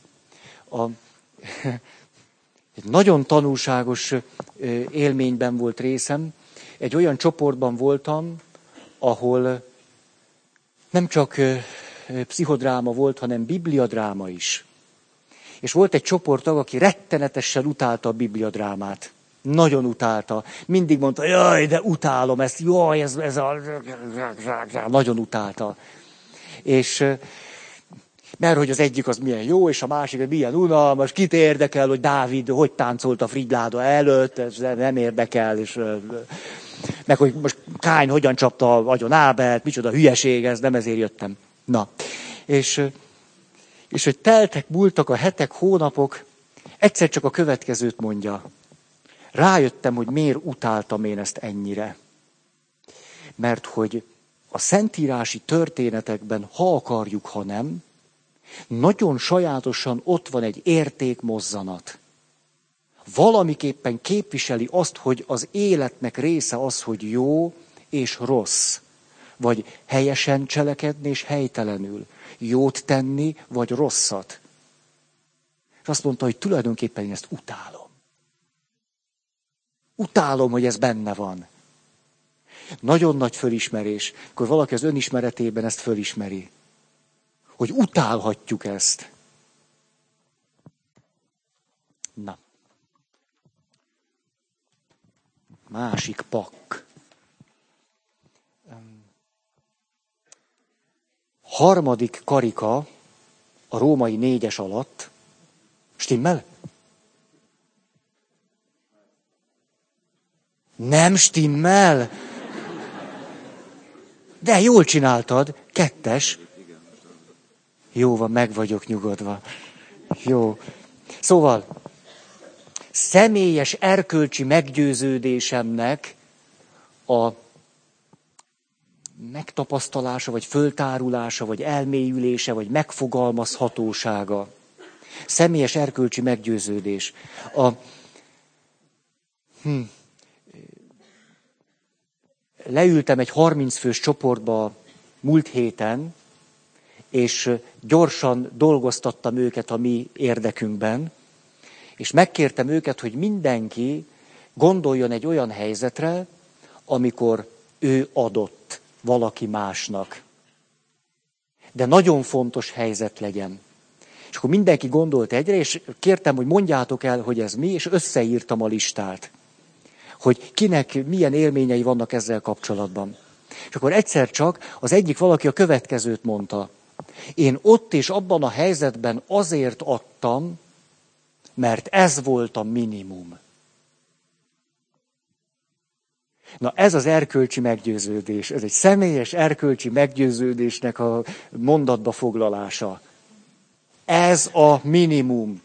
Egy nagyon tanulságos élményben volt részem. Egy olyan csoportban voltam, ahol nem csak pszichodráma volt, hanem bibliadráma is. És volt egy csoporttag, aki rettenetesen utálta a bibliadrámát. Nagyon utálta. Mindig mondta, jaj, de utálom ezt, jaj, ez a... Nagyon utálta. És mert hogy az egyik az milyen jó, és a másik milyen unalmas, kit érdekel, hogy Dávid hogy táncolt a frigyláda előtt, ez nem érdekel, és... meg hogy most Káin hogyan csapta agyon Ábelt, micsoda hülyeség ez, nem ezért jöttem. Na, és hogy teltek, múltak a hetek, hónapok, egyszer csak a következőt mondja. Rájöttem, hogy miért utáltam én ezt ennyire. Mert hogy a szentírási történetekben, ha akarjuk, ha nem, nagyon sajátosan ott van egy értékmozzanat. Valamiképpen képviseli azt, hogy az életnek része az, hogy jó és rossz. Vagy helyesen cselekedni és helytelenül. Jót tenni, vagy rosszat. És azt mondta, hogy tulajdonképpen én ezt utálom. Utálom, hogy ez benne van. Nagyon nagy fölismerés, akkor valaki az önismeretében ezt fölismeri. Hogy utálhatjuk ezt. Na. Másik pakk. Harmadik karika a római 4-es alatt. Stimmel? Nem stimmel? De jól csináltad. 2. Jó van, meg vagyok nyugodva. Jó. Szóval, személyes erkölcsi meggyőződésemnek a megtapasztalása, vagy föltárulása, vagy elmélyülése, vagy megfogalmazhatósága. Személyes erkölcsi meggyőződés. Leültem egy 30 fős csoportba múlt héten, és gyorsan dolgoztattam őket a mi érdekünkben, és megkértem őket, hogy mindenki Gondoljon egy olyan helyzetre, amikor ő adott valaki másnak. De nagyon fontos helyzet legyen. És akkor mindenki gondolt egyre, és kértem, hogy mondjátok el, hogy ez mi, és összeírtam a listát. Hogy kinek milyen élményei vannak ezzel kapcsolatban. És akkor egyszer csak az egyik valaki a következőt mondta. Én ott és abban a helyzetben azért adtam, mert ez volt a minimum. Na ez az erkölcsi meggyőződés, ez egy személyes erkölcsi meggyőződésnek a mondatba foglalása. Ez a minimum.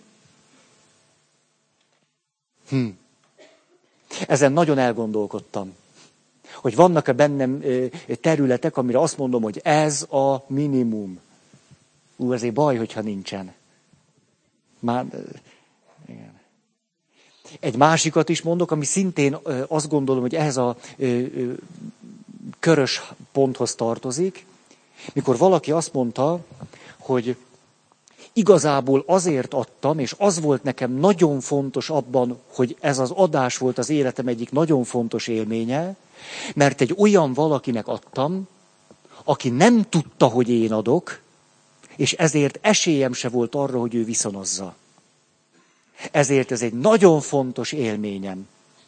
Ezen nagyon elgondolkodtam. Hogy vannak-e bennem területek, amire azt mondom, hogy ez a minimum. Azért baj, hogyha nincsen. Már... Igen. Egy másikat is mondok, ami szintén azt gondolom, hogy ehhez a körös ponthoz tartozik, mikor valaki azt mondta, hogy igazából azért adtam, és az volt nekem nagyon fontos abban, hogy ez az adás volt az életem egyik nagyon fontos élménye, mert egy olyan valakinek adtam, aki nem tudta, hogy én adok, és ezért esélyem se volt arra, hogy ő viszonozza. Ezért ez egy nagyon fontos élményem.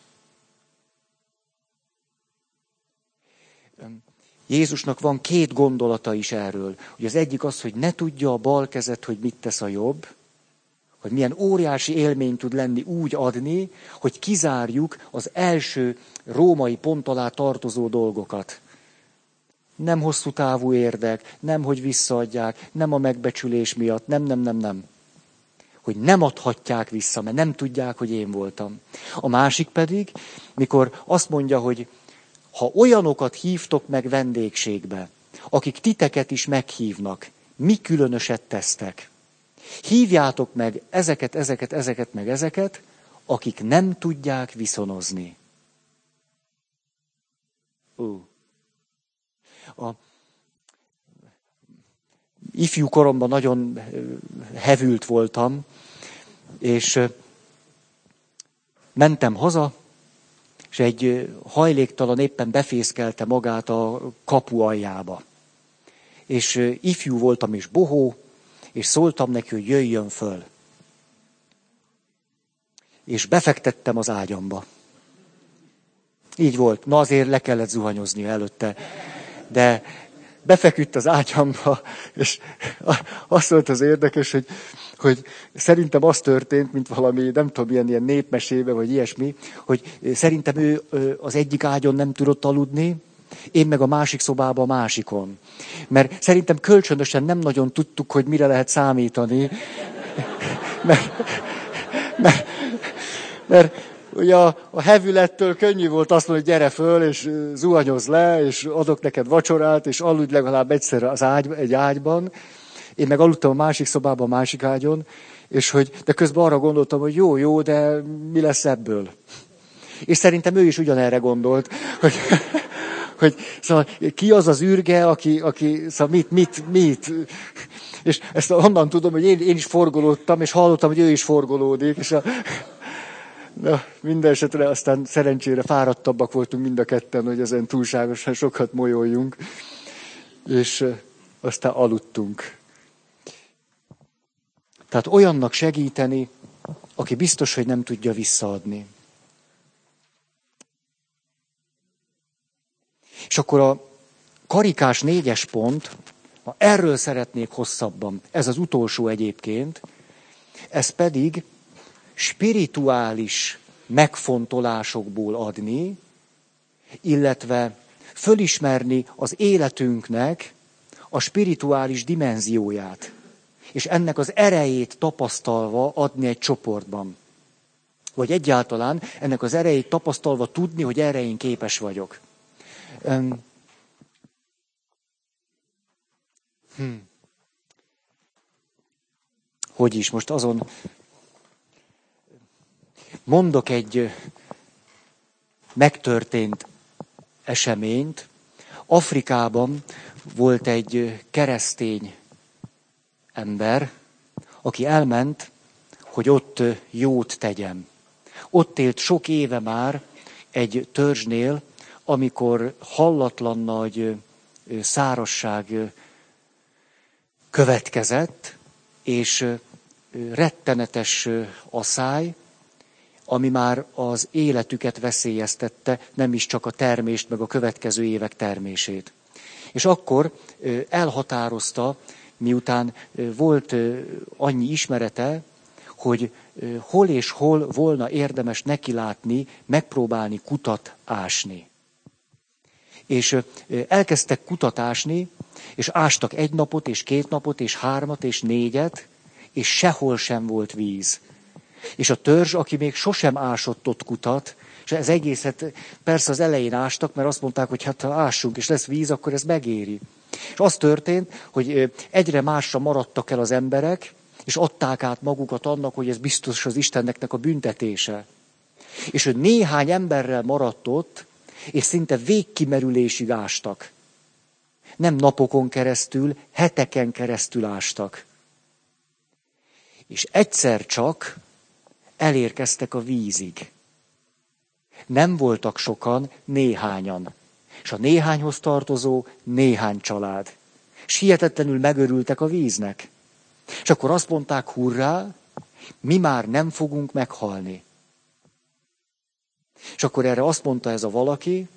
Jézusnak van 2 gondolata is erről. Hogy az egyik az, hogy ne tudja a bal kezed, hogy mit tesz a jobb, hogy milyen óriási élmény tud lenni úgy adni, hogy kizárjuk az első római pont alá tartozó dolgokat. Nem hosszú távú érdek, nem hogy visszaadják, nem a megbecsülés miatt, nem. Hogy nem adhatják vissza, mert nem tudják, hogy én voltam. A másik pedig, mikor azt mondja, hogy ha olyanokat hívtok meg vendégségbe, akik titeket is meghívnak, mi különöset tesztek? Hívjátok meg ezeket, akik nem tudják viszonozni. A ifjú koromban nagyon hevült voltam, és mentem haza, és egy hajléktalan éppen befészkelte magát a kapu aljába. És ifjú voltam és bohó, és szóltam neki, hogy jöjjön föl. És befektettem az ágyamba. Így volt. Na azért le kellett zuhanyoznia előtte. De befeküdt az ágyamba, és azt volt az érdekes, hogy szerintem az történt, mint valami, nem tudom, ilyen népmesébe, vagy ilyesmi, hogy szerintem ő az egyik ágyon nem tudott aludni, én meg a másik szobában a másikon. Mert szerintem kölcsönösen nem nagyon tudtuk, hogy mire lehet számítani. Mert ugye a hevülettől könnyű volt azt mondani, hogy gyere föl, és zuhanyoz le, és adok neked vacsorát, és aludj legalább egyszer egy ágyban. Én meg aludtam a másik szobában, a másik ágyon, de közben arra gondoltam, hogy jó, de mi lesz ebből? És szerintem ő is ugyanerre gondolt, hogy szóval ki az az űrge, aki szóval mit. És ezt onnan tudom, hogy én is forgolódtam, és hallottam, hogy ő is forgolódik, és na, minden esetre aztán szerencsére fáradtabbak voltunk mind a ketten, hogy ezen túlságosan sokat molyoljunk, és aztán aludtunk. Tehát olyannak segíteni, aki biztos, hogy nem tudja visszaadni. És akkor a karikás 4-es pont, erről szeretnék hosszabban, ez az utolsó egyébként, ez pedig spirituális megfontolásokból adni, illetve fölismerni az életünknek a spirituális dimenzióját, és ennek az erejét tapasztalva adni egy csoportban. Vagy egyáltalán ennek az erejét tapasztalva tudni, hogy erre én képes vagyok. Hogy is, most azon mondok egy megtörtént eseményt. Afrikában volt egy keresztény ember, aki elment, hogy ott jót tegyen. ott élt sok éve már egy törzsnél, amikor hallatlan nagy szárazság következett, és rettenetes aszály, ami már az életüket veszélyeztette, nem is csak a termést, meg a következő évek termését. És akkor elhatározta, miután volt annyi ismerete, hogy hol és hol volna érdemes nekilátni, megpróbálni kutat ásni. És elkezdtek kutat ásni, és ástak 1 napot, és 2 napot, és 3 és 4, és sehol sem volt víz. És a törzs, aki még sosem ásott ott kutat, és ez egészet persze az elején ástak, mert azt mondták, hogy hát ha ássunk, és lesz víz, akkor ez megéri. És az történt, hogy egyre másra maradtak el az emberek, és adták át magukat annak, hogy ez biztos az Istenneknek a büntetése. És ő néhány emberrel maradt ott, és szinte végkimerülésig ástak. Nem napokon keresztül, heteken keresztül ástak. És egyszer csak elérkeztek a vízig. Nem voltak sokan, néhányan. És a néhányhoz tartozó néhány család. És hihetetlenül megörültek a víznek. És akkor azt mondták, hurrá, mi már nem fogunk meghalni. És akkor erre azt mondta ez a valaki,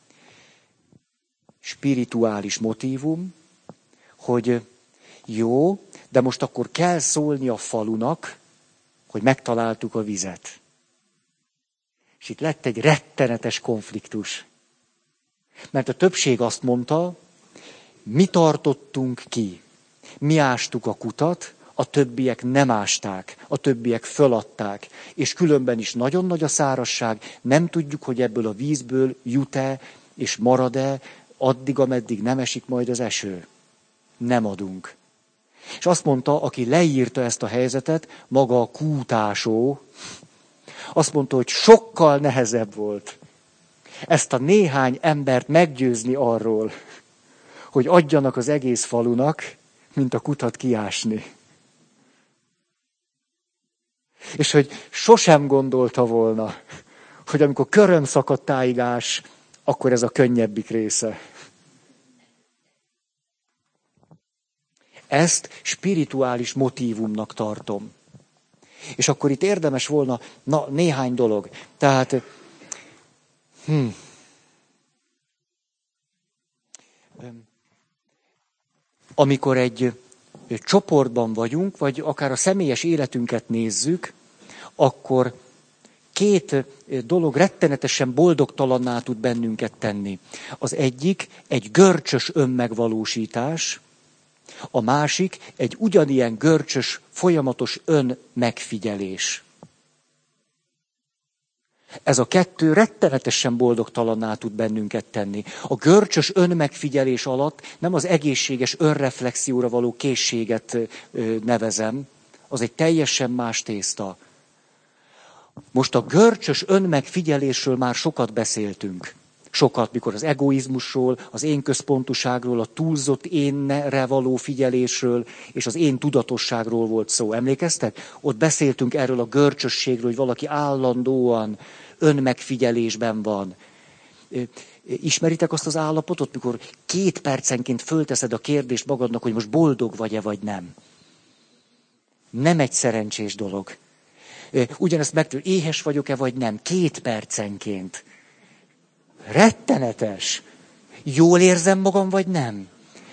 spirituális motívum, hogy jó, de most akkor kell szólni a falunak, hogy megtaláltuk a vizet. És itt lett egy rettenetes konfliktus. Mert a többség azt mondta, mi tartottunk ki, mi ástuk a kutat, a többiek nem ásták, a többiek föladták, és különben is nagyon nagy a szárazság, nem tudjuk, hogy ebből a vízből jut-e és marad-e, addig, ameddig nem esik majd az eső. Nem adunk. És azt mondta, aki leírta ezt a helyzetet, maga a kútásó, azt mondta, hogy sokkal nehezebb volt ezt a néhány embert meggyőzni arról, hogy adjanak az egész falunak, mint a kutat kiásni. És hogy sosem gondolta volna, hogy amikor körömszakadtáig ás, akkor ez a könnyebbik része. Ezt spirituális motívumnak tartom. És akkor itt érdemes volna, néhány dolog. Tehát, amikor egy csoportban vagyunk, vagy akár a személyes életünket nézzük, akkor 2 dolog rettenetesen boldogtalanná tud bennünket tenni. Az egyik egy görcsös önmegvalósítás, a másik egy ugyanilyen görcsös, folyamatos önmegfigyelés. Ez a 2 rettenetesen boldogtalanná tud bennünket tenni. A görcsös önmegfigyelés alatt nem az egészséges önreflexióra való készséget nevezem, az egy teljesen más tészta. Most a görcsös önmegfigyelésről már sokat beszéltünk. Sokat, mikor az egoizmusról, az énközpontúságról, a túlzott énre való figyelésről és az én tudatosságról volt szó. Emlékeztek? Ott beszéltünk erről a görcsösségről, hogy valaki állandóan önmegfigyelésben van. Ismeritek azt az állapotot, mikor 2 percenként fölteszed a kérdést magadnak, hogy most boldog vagy-e, vagy nem? Nem egy szerencsés dolog. Ugyanezt megtudod, éhes vagyok-e, vagy nem? 2 percenként. Rettenetes. Jól érzem magam, vagy nem?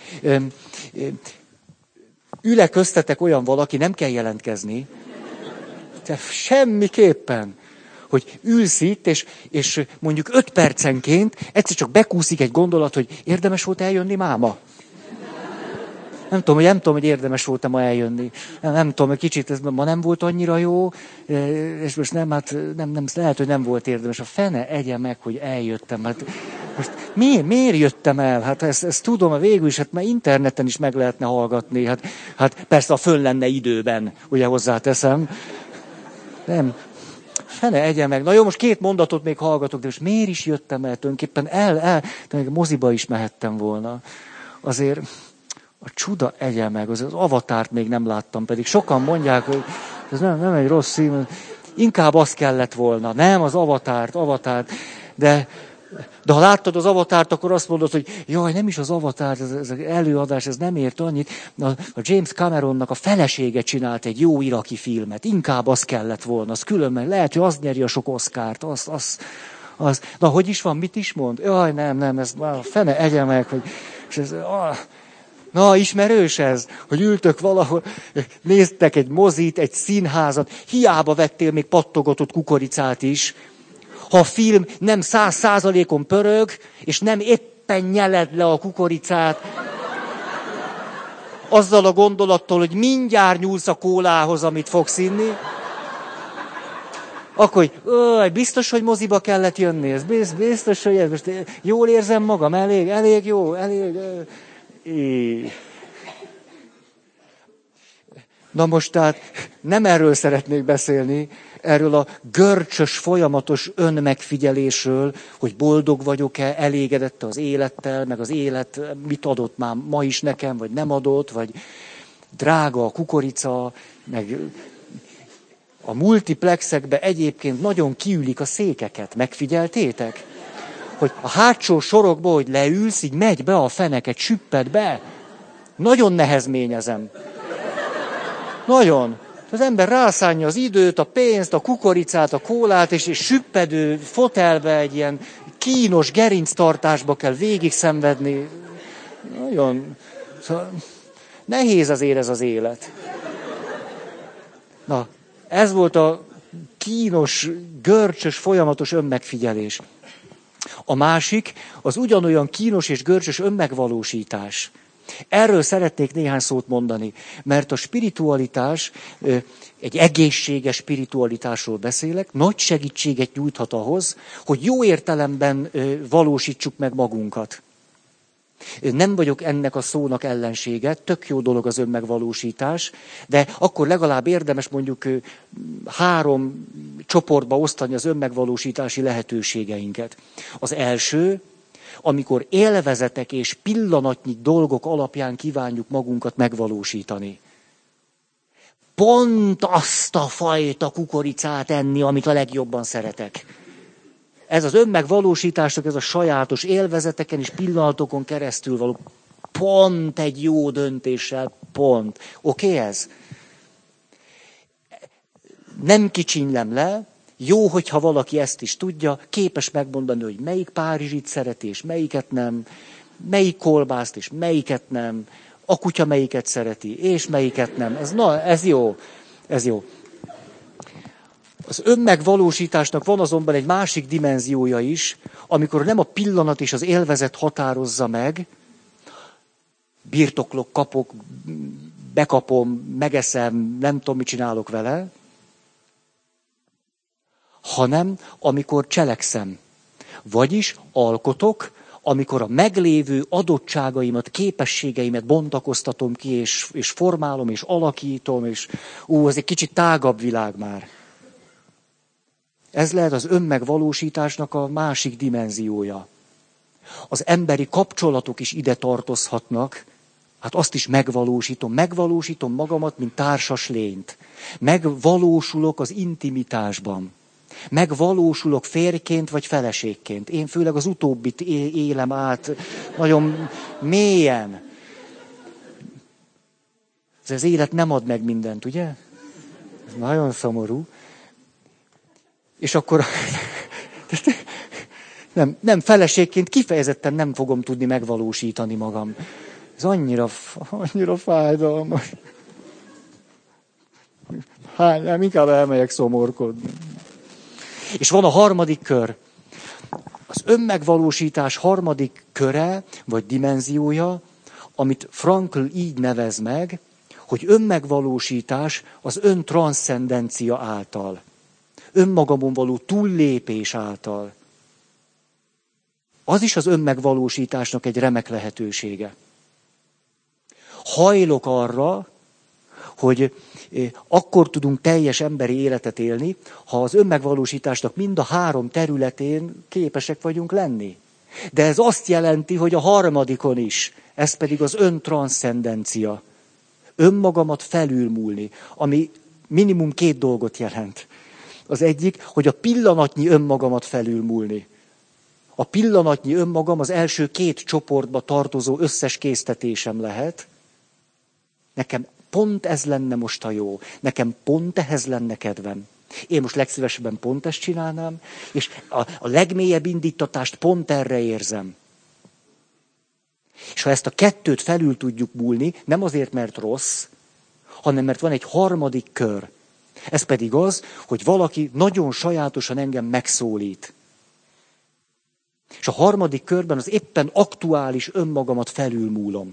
Ül-e köztetek olyan valaki, nem kell jelentkezni. De semmiképpen. Hogy ülsz itt, és mondjuk 5 percenként egyszer csak bekúszik egy gondolat, hogy érdemes volt eljönni máma. Nem tudom, hogy érdemes volt-e ma eljönni. Nem tudom, hogy kicsit ez ma nem volt annyira jó, és most nem, lehet, hogy nem volt érdemes. A fene egye meg, hogy eljöttem. Hát most miért jöttem el? Hát ezt tudom, végül is, hát már interneten is meg lehetne hallgatni. Hát persze, a fönn lenne időben, ugye hozzáteszem. Nem. Fene egye meg. Na jó, most 2 mondatot még hallgatok, de most miért is jöttem el? Tulajdonképpen de még a moziba is mehettem volna. Azért a csuda egye meg, az Avatárt még nem láttam, pedig sokan mondják, hogy ez nem egy rossz szín. Inkább az kellett volna, nem az avatárt. De ha láttad az avatárt, akkor azt mondod, hogy jaj, nem is az avatár, ez az előadás, ez nem ért annyit. A James Cameronnak a felesége csinált egy jó iraki filmet. Inkább az kellett volna, az különben lehet, hogy az nyeri a sok Oscárt. Na, hogy is van, mit is mond? Jaj, nem, ez már fene egye meg, hogy... Na, ismerős ez, hogy ültök valahol, néztek egy mozit, egy színházat, hiába vettél még pattogatott kukoricát is. Ha a film nem 100%-on pörög, és nem éppen nyeled le a kukoricát, azzal a gondolattal, hogy mindjárt nyúlsz a kólához, amit fogsz inni, akkor, hogy biztos, hogy moziba kellett jönni, ez biztos, hogy ez most jól érzem magam, elég jó, Na most tehát nem erről szeretnék beszélni, erről a görcsös, folyamatos önmegfigyelésről, hogy boldog vagyok-e, elégedett az élettel, meg az élet mit adott már ma is nekem, vagy nem adott, vagy drága a kukorica, meg a multiplexekbe egyébként nagyon kiülik a székeket, megfigyeltétek? Hogy a hátsó sorokból, hogy leülsz, így megy be a feneket, süpped be. Nagyon nehezményezem. Nagyon. Az ember rászánja az időt, a pénzt, a kukoricát, a kólát, és süppedő fotelbe egy ilyen kínos gerinctartásba kell végig szenvedni. Nagyon. Szóval nehéz azért ez az élet. Na, ez volt a kínos, görcsös, folyamatos önmegfigyelés. A másik, az ugyanolyan kínos és görcsös önmegvalósítás. Erről szeretnék néhány szót mondani, mert a spiritualitás, egy egészséges spiritualitásról beszélek, nagy segítséget nyújthat ahhoz, hogy jó értelemben valósítsuk meg magunkat. Nem vagyok ennek a szónak ellensége, tök jó dolog az önmegvalósítás, de akkor legalább érdemes mondjuk 3 csoportba osztani az önmegvalósítási lehetőségeinket. Az első, amikor élvezetek és pillanatnyi dolgok alapján kívánjuk magunkat megvalósítani. Pont azt a fajta kukoricát enni, amit a legjobban szeretek. Ez az önmegvalósításnak, ez a sajátos élvezeteken és pillanatokon keresztül való pont egy jó döntéssel, pont. Oké ez? Nem kicsinylem le, jó, hogyha valaki ezt is tudja, képes megmondani, hogy melyik párizsit szereti, és melyiket nem, melyik kolbászt, és melyiket nem, a kutya melyiket szereti, és melyiket nem. Ez jó. Az önmegvalósításnak van azonban egy másik dimenziója is, amikor nem a pillanat és az élvezet határozza meg, birtoklok, kapok, bekapom, megeszem, nem tudom, mit csinálok vele, hanem amikor cselekszem. Vagyis alkotok, amikor a meglévő adottságaimat, képességeimet bontakoztatom ki, és formálom, és alakítom, és ez egy kicsit tágabb világ már. Ez lehet az önmegvalósításnak a másik dimenziója. Az emberi kapcsolatok is ide tartozhatnak, hát azt is megvalósítom magamat, mint társas lényt. Megvalósulok az intimitásban. Megvalósulok férjként vagy feleségként. Én főleg az utóbbit élem át nagyon mélyen. Ez az élet nem ad meg mindent, ugye? Ez nagyon szomorú. És akkor nem feleségként kifejezetten nem fogom tudni megvalósítani magam. Ez annyira fájdalmas. Nem, inkább elmegyek szomorkodni. És van a harmadik kör. Az önmegvalósítás harmadik köre, vagy dimenziója, amit Frankl így nevez meg, hogy önmegvalósítás az öntranszcendencia által. Önmagamon való túllépés által. Az is az önmegvalósításnak egy remek lehetősége. Hajlok arra, hogy akkor tudunk teljes emberi életet élni, ha az önmegvalósításnak mind a 3 területén képesek vagyunk lenni. De ez azt jelenti, hogy a harmadikon is, ez pedig az öntranszcendencia. Önmagamat felülmúlni, ami minimum 2 dolgot jelent. Az egyik, hogy a pillanatnyi önmagamat felülmúlni. A pillanatnyi önmagam az első 2 csoportba tartozó összes késztetésem lehet. Nekem pont ez lenne most a jó. Nekem pont ehhez lenne kedvem. Én most legszívesebben pont ezt csinálnám, és a legmélyebb indítatást pont erre érzem. És ha ezt a 2-t felül tudjuk múlni, nem azért, mert rossz, hanem mert van egy harmadik kör. Ez pedig az, hogy valaki nagyon sajátosan engem megszólít. És a harmadik körben az éppen aktuális önmagamat felülmúlom.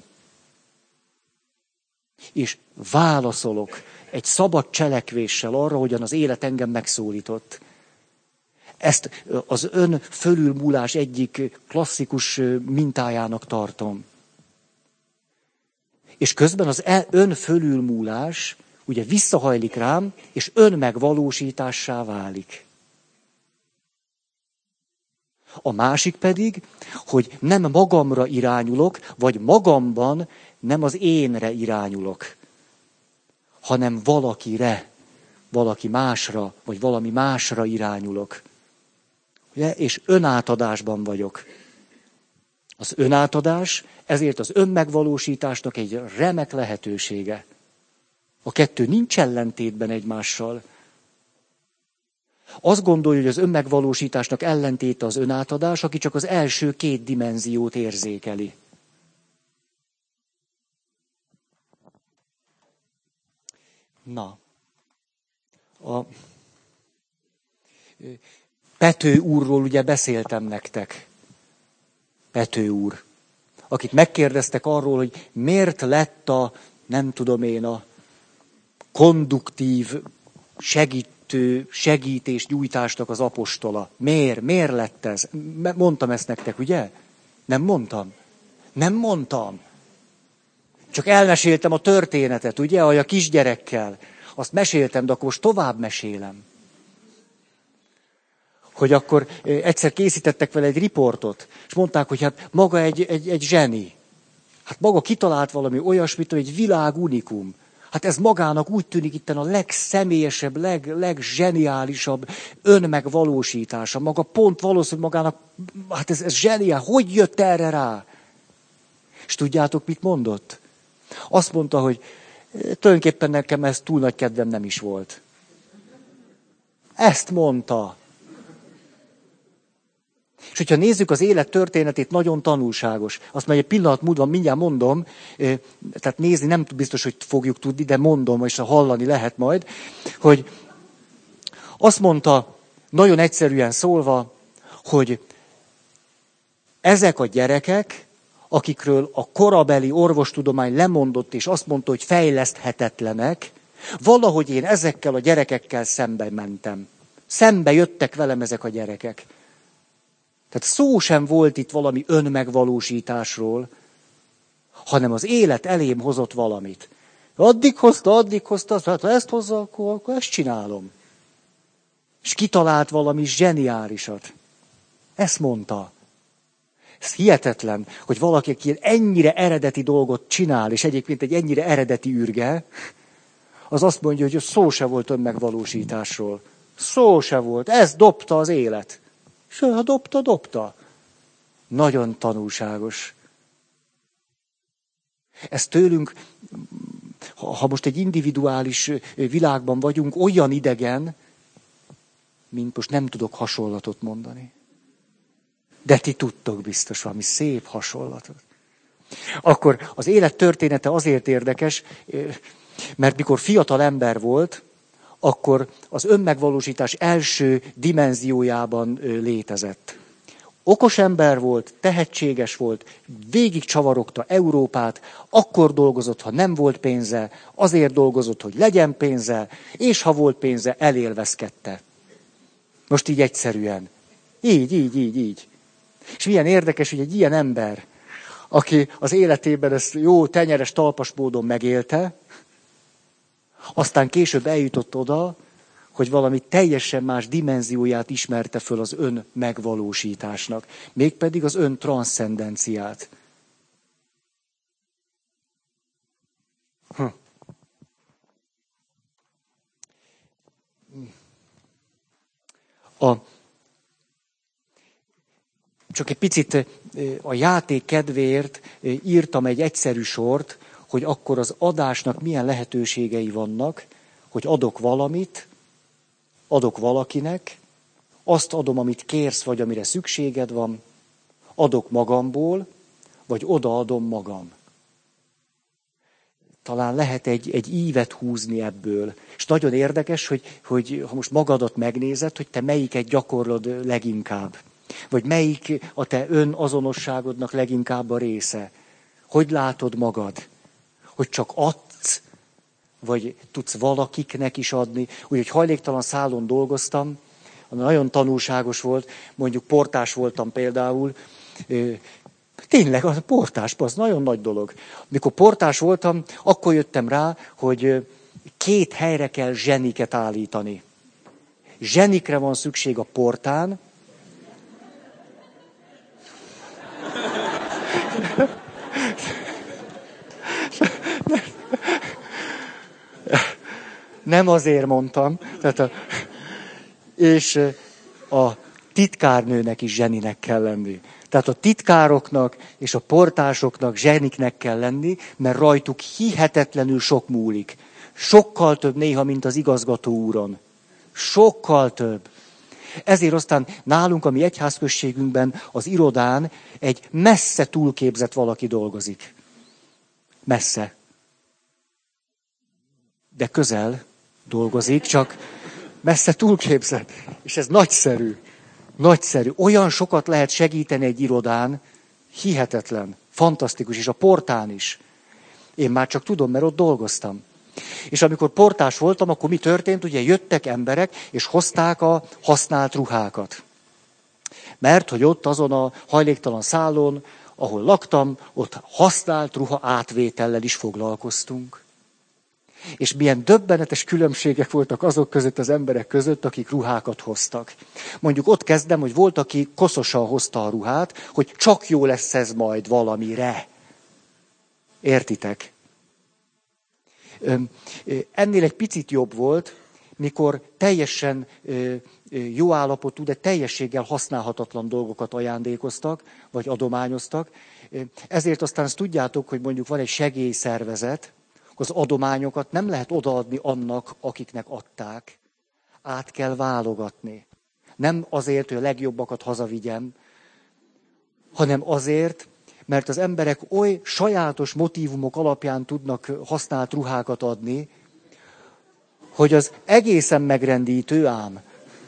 És válaszolok egy szabad cselekvéssel arra, hogyan az élet engem megszólított. Ezt az önfölülmúlás egyik klasszikus mintájának tartom. És közben az önfölülmúlás ugye visszahajlik rám, és önmegvalósítássá válik. A másik pedig, hogy nem magamra irányulok, vagy magamban nem az énre irányulok, hanem valakire, valaki másra, vagy valami másra irányulok. Ugye? És önátadásban vagyok. Az önátadás ezért az önmegvalósításnak egy remek lehetősége. A 2 nincs ellentétben egymással. Azt gondolja, hogy az önmegvalósításnak ellentéte az önátadás, aki csak az első 2 dimenziót érzékeli. Na, a Pető úrról ugye beszéltem nektek. Pető úr, akit megkérdeztek arról, hogy miért lett a, nem tudom én, a konduktív segítés nyújtásnak az apostola. Miért lett ez? Mondtam ezt nektek, ugye? Nem mondtam? Nem mondtam. Csak elmeséltem a történetet, ugye, ahogy a kisgyerekkel. Azt meséltem, de akkor most tovább mesélem. Hogy akkor egyszer készítettek vele egy riportot, és mondták, hogy hát maga egy zseni. Hát maga kitalált valami olyasmit, hogy egy világunikum. Hát ez magának úgy tűnik itten a legszemélyesebb, legzseniálisabb önmegvalósítása. Maga pont valószínűleg magának, hát ez zseniál, hogy jött erre rá? És tudjátok, mit mondott? Azt mondta, hogy tulajdonképpen nekem ez túl nagy kedvem nem is volt. Ezt mondta. És hogyha nézzük az élet történetét, nagyon tanulságos. Azt majd egy pillanat múlva mindjárt mondom, tehát nézni nem biztos, hogy fogjuk tudni, de mondom, és hallani lehet majd, hogy azt mondta, nagyon egyszerűen szólva, hogy ezek a gyerekek, akikről a korabeli orvostudomány lemondott, és azt mondta, hogy fejleszthetetlenek, valahogy én ezekkel a gyerekekkel szembe mentem. Szembe jöttek velem ezek a gyerekek. Tehát szó sem volt itt valami önmegvalósításról, hanem az élet elém hozott valamit. Addig hozta, hát ha ezt hozza, akkor ezt csinálom. És kitalált valami zseniálisat. Ezt mondta. Ez hihetetlen, hogy valaki, aki ennyire eredeti dolgot csinál, és egyébként egy ennyire eredeti ürge, az azt mondja, hogy szó se volt önmegvalósításról. Szó se volt. Ez dobta az élet. És ha dobta. Nagyon tanulságos. Ez tőlünk, ha most egy individuális világban vagyunk, olyan idegen, mint most nem tudok hasonlatot mondani. De ti tudtok biztos valami szép hasonlatot. Akkor az élet története azért érdekes, mert mikor fiatal ember volt, akkor az önmegvalósítás első dimenziójában létezett. Okos ember volt, tehetséges volt, végig csavarogta Európát, akkor dolgozott, ha nem volt pénze, azért dolgozott, hogy legyen pénze, és ha volt pénze, elélvezkedte. Most így egyszerűen. Így. És milyen érdekes, hogy egy ilyen ember, aki az életében ezt jó, tenyeres, talpas módon megélte, aztán később eljutott oda, hogy valami teljesen más dimenzióját ismerte föl az ön megvalósításnak, mégpedig az ön transzcendenciát. A, csak egy picit a játék kedvéért írtam egy egyszerű sort, hogy akkor az adásnak milyen lehetőségei vannak, hogy adok valamit, adok valakinek, azt adom, amit kérsz, vagy amire szükséged van, adok magamból, vagy odaadom magam. Talán lehet egy ívet húzni ebből. És nagyon érdekes, hogy ha most magadat megnézed, hogy te melyiket gyakorlod leginkább. Vagy melyik a te önazonosságodnak leginkább a része. Hogy látod magad? Hogy csak adsz, vagy tudsz valakiknek is adni. Úgyhogy hajléktalan szállón dolgoztam, nagyon tanulságos volt, mondjuk portás voltam például. Tényleg, a portás, az nagyon nagy dolog. Mikor portás voltam, akkor jöttem rá, hogy 2 helyre kell zseniket állítani. Zsenikre van szükség a portán, nem azért mondtam, és a titkárnőnek is zseninek kell lenni. Tehát a titkároknak és a portásoknak zseniknek kell lenni, mert rajtuk hihetetlenül sok múlik. Sokkal több néha, mint az igazgató úron. Sokkal több. Ezért aztán nálunk, a mi egyházközségünkben, az irodán egy messze túlképzett valaki dolgozik. Messze. De közel dolgozik, csak messze túlképzett. És ez nagyszerű. Nagyszerű. Olyan sokat lehet segíteni egy irodán, hihetetlen, fantasztikus, és a portán is. Én már csak tudom, mert ott dolgoztam. És amikor portás voltam, akkor mi történt? Ugye jöttek emberek, és hozták a használt ruhákat. Mert hogy ott azon a hajléktalan szállón, ahol laktam, ott használt ruha átvétellel is foglalkoztunk. És milyen döbbenetes különbségek voltak azok között az emberek között, akik ruhákat hoztak. Mondjuk ott kezdem, hogy volt, aki koszosan hozta a ruhát, hogy csak jó lesz ez majd valamire. Értitek? Ennél egy picit jobb volt, mikor teljesen jó állapotú, de teljességgel használhatatlan dolgokat ajándékoztak, vagy adományoztak. Ezért aztán azt tudjátok, hogy mondjuk van egy segélyszervezet, az adományokat nem lehet odaadni annak, akiknek adták. Át kell válogatni. Nem azért, hogy a legjobbakat hazavigyem, hanem azért, mert az emberek oly sajátos motívumok alapján tudnak használt ruhákat adni, hogy az egészen megrendítő ám.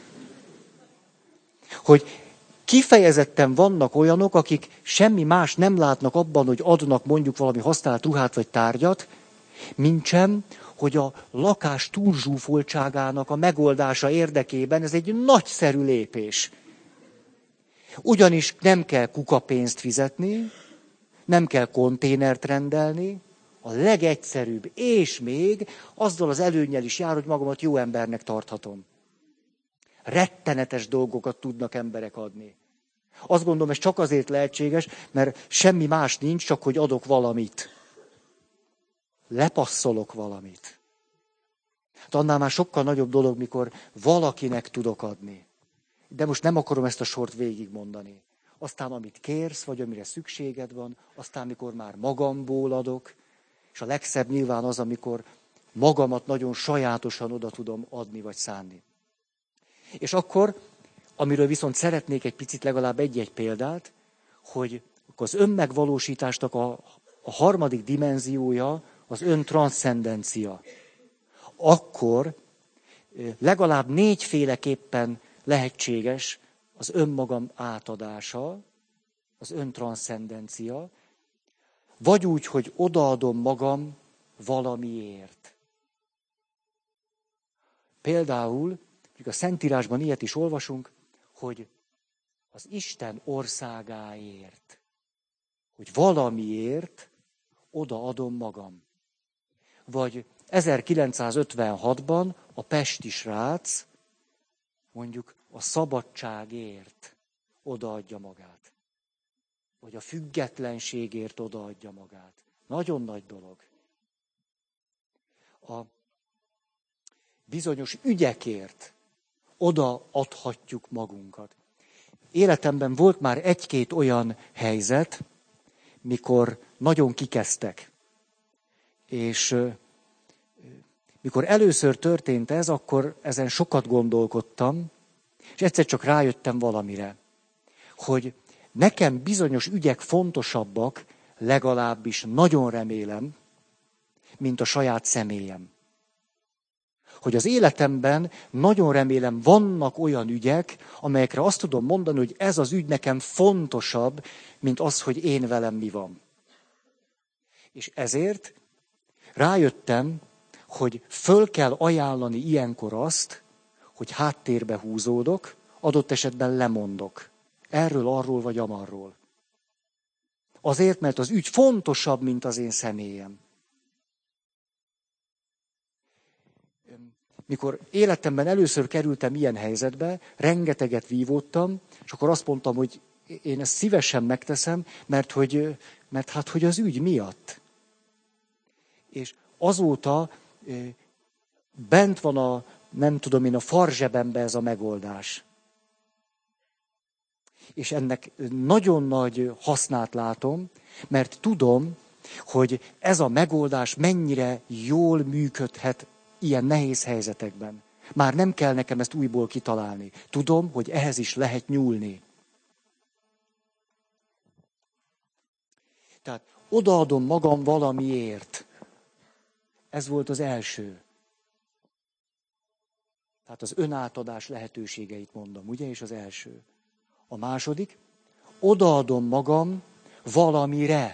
Hogy kifejezetten vannak olyanok, akik semmi más nem látnak abban, hogy adnak mondjuk valami használt ruhát vagy tárgyat, mintsem, hogy a lakás túlzsúfoltságának a megoldása érdekében ez egy nagyszerű lépés. Ugyanis nem kell kukapénzt fizetni, nem kell konténert rendelni, a legegyszerűbb, és még azzal az előnnyel is jár, hogy magamat jó embernek tarthatom. Rettenetes dolgokat tudnak emberek adni. Azt gondolom, ez csak azért lehetséges, mert semmi más nincs, csak hogy adok valamit. Lepasszolok valamit. Hát annál már sokkal nagyobb dolog, mikor valakinek tudok adni. De most nem akarom ezt a sort végigmondani. Aztán amit kérsz, vagy amire szükséged van, aztán mikor már magamból adok, és a legszebb nyilván az, amikor magamat nagyon sajátosan oda tudom adni, vagy szánni. És akkor, amiről viszont szeretnék egy picit legalább egy-egy példát, hogy az önmegvalósításnak a harmadik dimenziója az öntranszcendencia. Akkor legalább 4 féleképpen lehetséges az önmagam átadása, az öntranszcendencia, vagy úgy, hogy odaadom magam valamiért. Például, a Szentírásban ilyet is olvasunk, hogy az Isten országáért, hogy valamiért odaadom magam. Vagy 1956-ban a pesti srác mondjuk a szabadságért odaadja magát. Vagy a függetlenségért odaadja magát. Nagyon nagy dolog. A bizonyos ügyekért oda adhatjuk magunkat. Életemben volt már egy-két olyan helyzet, mikor nagyon kikezdtek. És mikor először történt ez, akkor ezen sokat gondolkodtam, és egyszer csak rájöttem valamire, hogy nekem bizonyos ügyek fontosabbak, legalábbis nagyon remélem, mint a saját személyem. Hogy az életemben nagyon remélem vannak olyan ügyek, amelyekre azt tudom mondani, hogy ez az ügy nekem fontosabb, mint az, hogy én velem mi van. És ezért rájöttem, hogy föl kell ajánlani ilyenkor azt, hogy háttérbe húzódok, adott esetben lemondok. Erről, arról vagy amarról. Azért, mert az ügy fontosabb, mint az én személyem. Mikor életemben először kerültem ilyen helyzetbe, rengeteget vívódtam, és akkor azt mondtam, hogy én ezt szívesen megteszem, mert hogy az ügy miatt. És azóta bent van a farzsebembe ez a megoldás. És ennek nagyon nagy hasznát látom, mert tudom, hogy ez a megoldás mennyire jól működhet ilyen nehéz helyzetekben. Már nem kell nekem ezt újból kitalálni. Tudom, hogy ehhez is lehet nyúlni. Tehát odaadom magam valamiért. Ez volt az első. Tehát az önátadás lehetőségeit mondom, ugye? És az első. A második, odaadom magam valamire.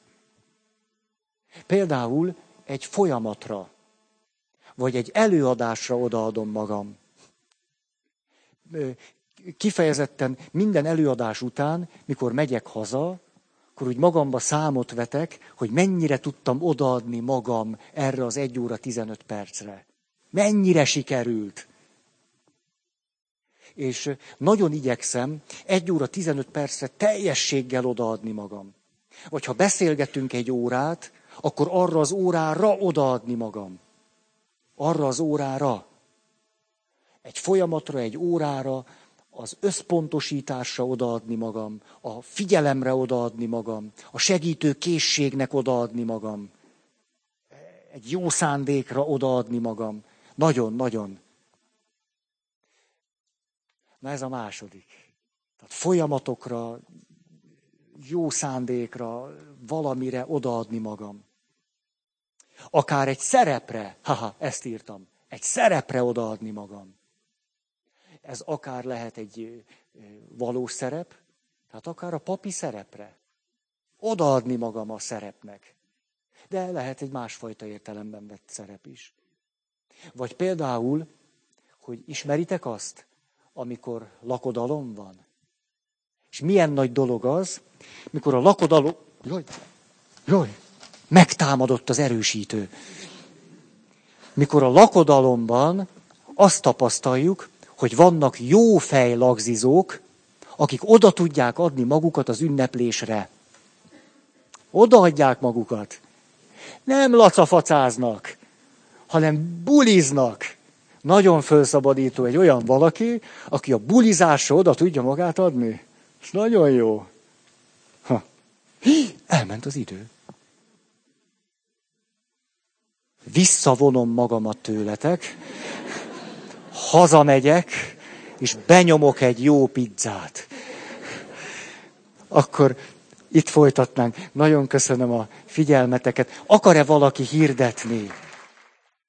Például egy folyamatra, vagy egy előadásra odaadom magam. Kifejezetten minden előadás után, mikor megyek haza, akkor úgy magamba számot vetek, hogy mennyire tudtam odaadni magam erre az 1 óra 15 percre. Mennyire sikerült. És nagyon igyekszem 1 óra 15 percre teljességgel odaadni magam. Vagy ha beszélgetünk 1 órát, akkor arra az órára odaadni magam. Arra az órára. Egy folyamatra, egy órára, az összpontosításra odaadni magam, a figyelemre odaadni magam, a segítő készségnek odaadni magam, egy jó szándékra odaadni magam. Nagyon-nagyon. Na ez a második. Tehát folyamatokra, jó szándékra, valamire odaadni magam. Akár egy szerepre, ezt írtam, egy szerepre odaadni magam. Ez akár lehet egy valós szerep, tehát akár a papi szerepre. Odaadni magam a szerepnek. De lehet egy másfajta értelemben vett szerep is. Vagy például, hogy ismeritek azt, amikor lakodalom van? És milyen nagy dolog az, mikor a lakodalom... Jaj, megtámadott az erősítő. Mikor a lakodalomban azt tapasztaljuk, hogy vannak jó fej lagzizók, akik oda tudják adni magukat az ünneplésre. Odaadják magukat. Nem lacafacáznak, hanem buliznak. Nagyon felszabadító egy olyan valaki, aki a bulizásra oda tudja magát adni. És nagyon jó. Elment az idő. Visszavonom magamat tőletek, hazamegyek, és benyomok egy jó pizzát. Akkor itt folytatnánk. Nagyon köszönöm a figyelmeteket. Akar-e valaki hirdetni?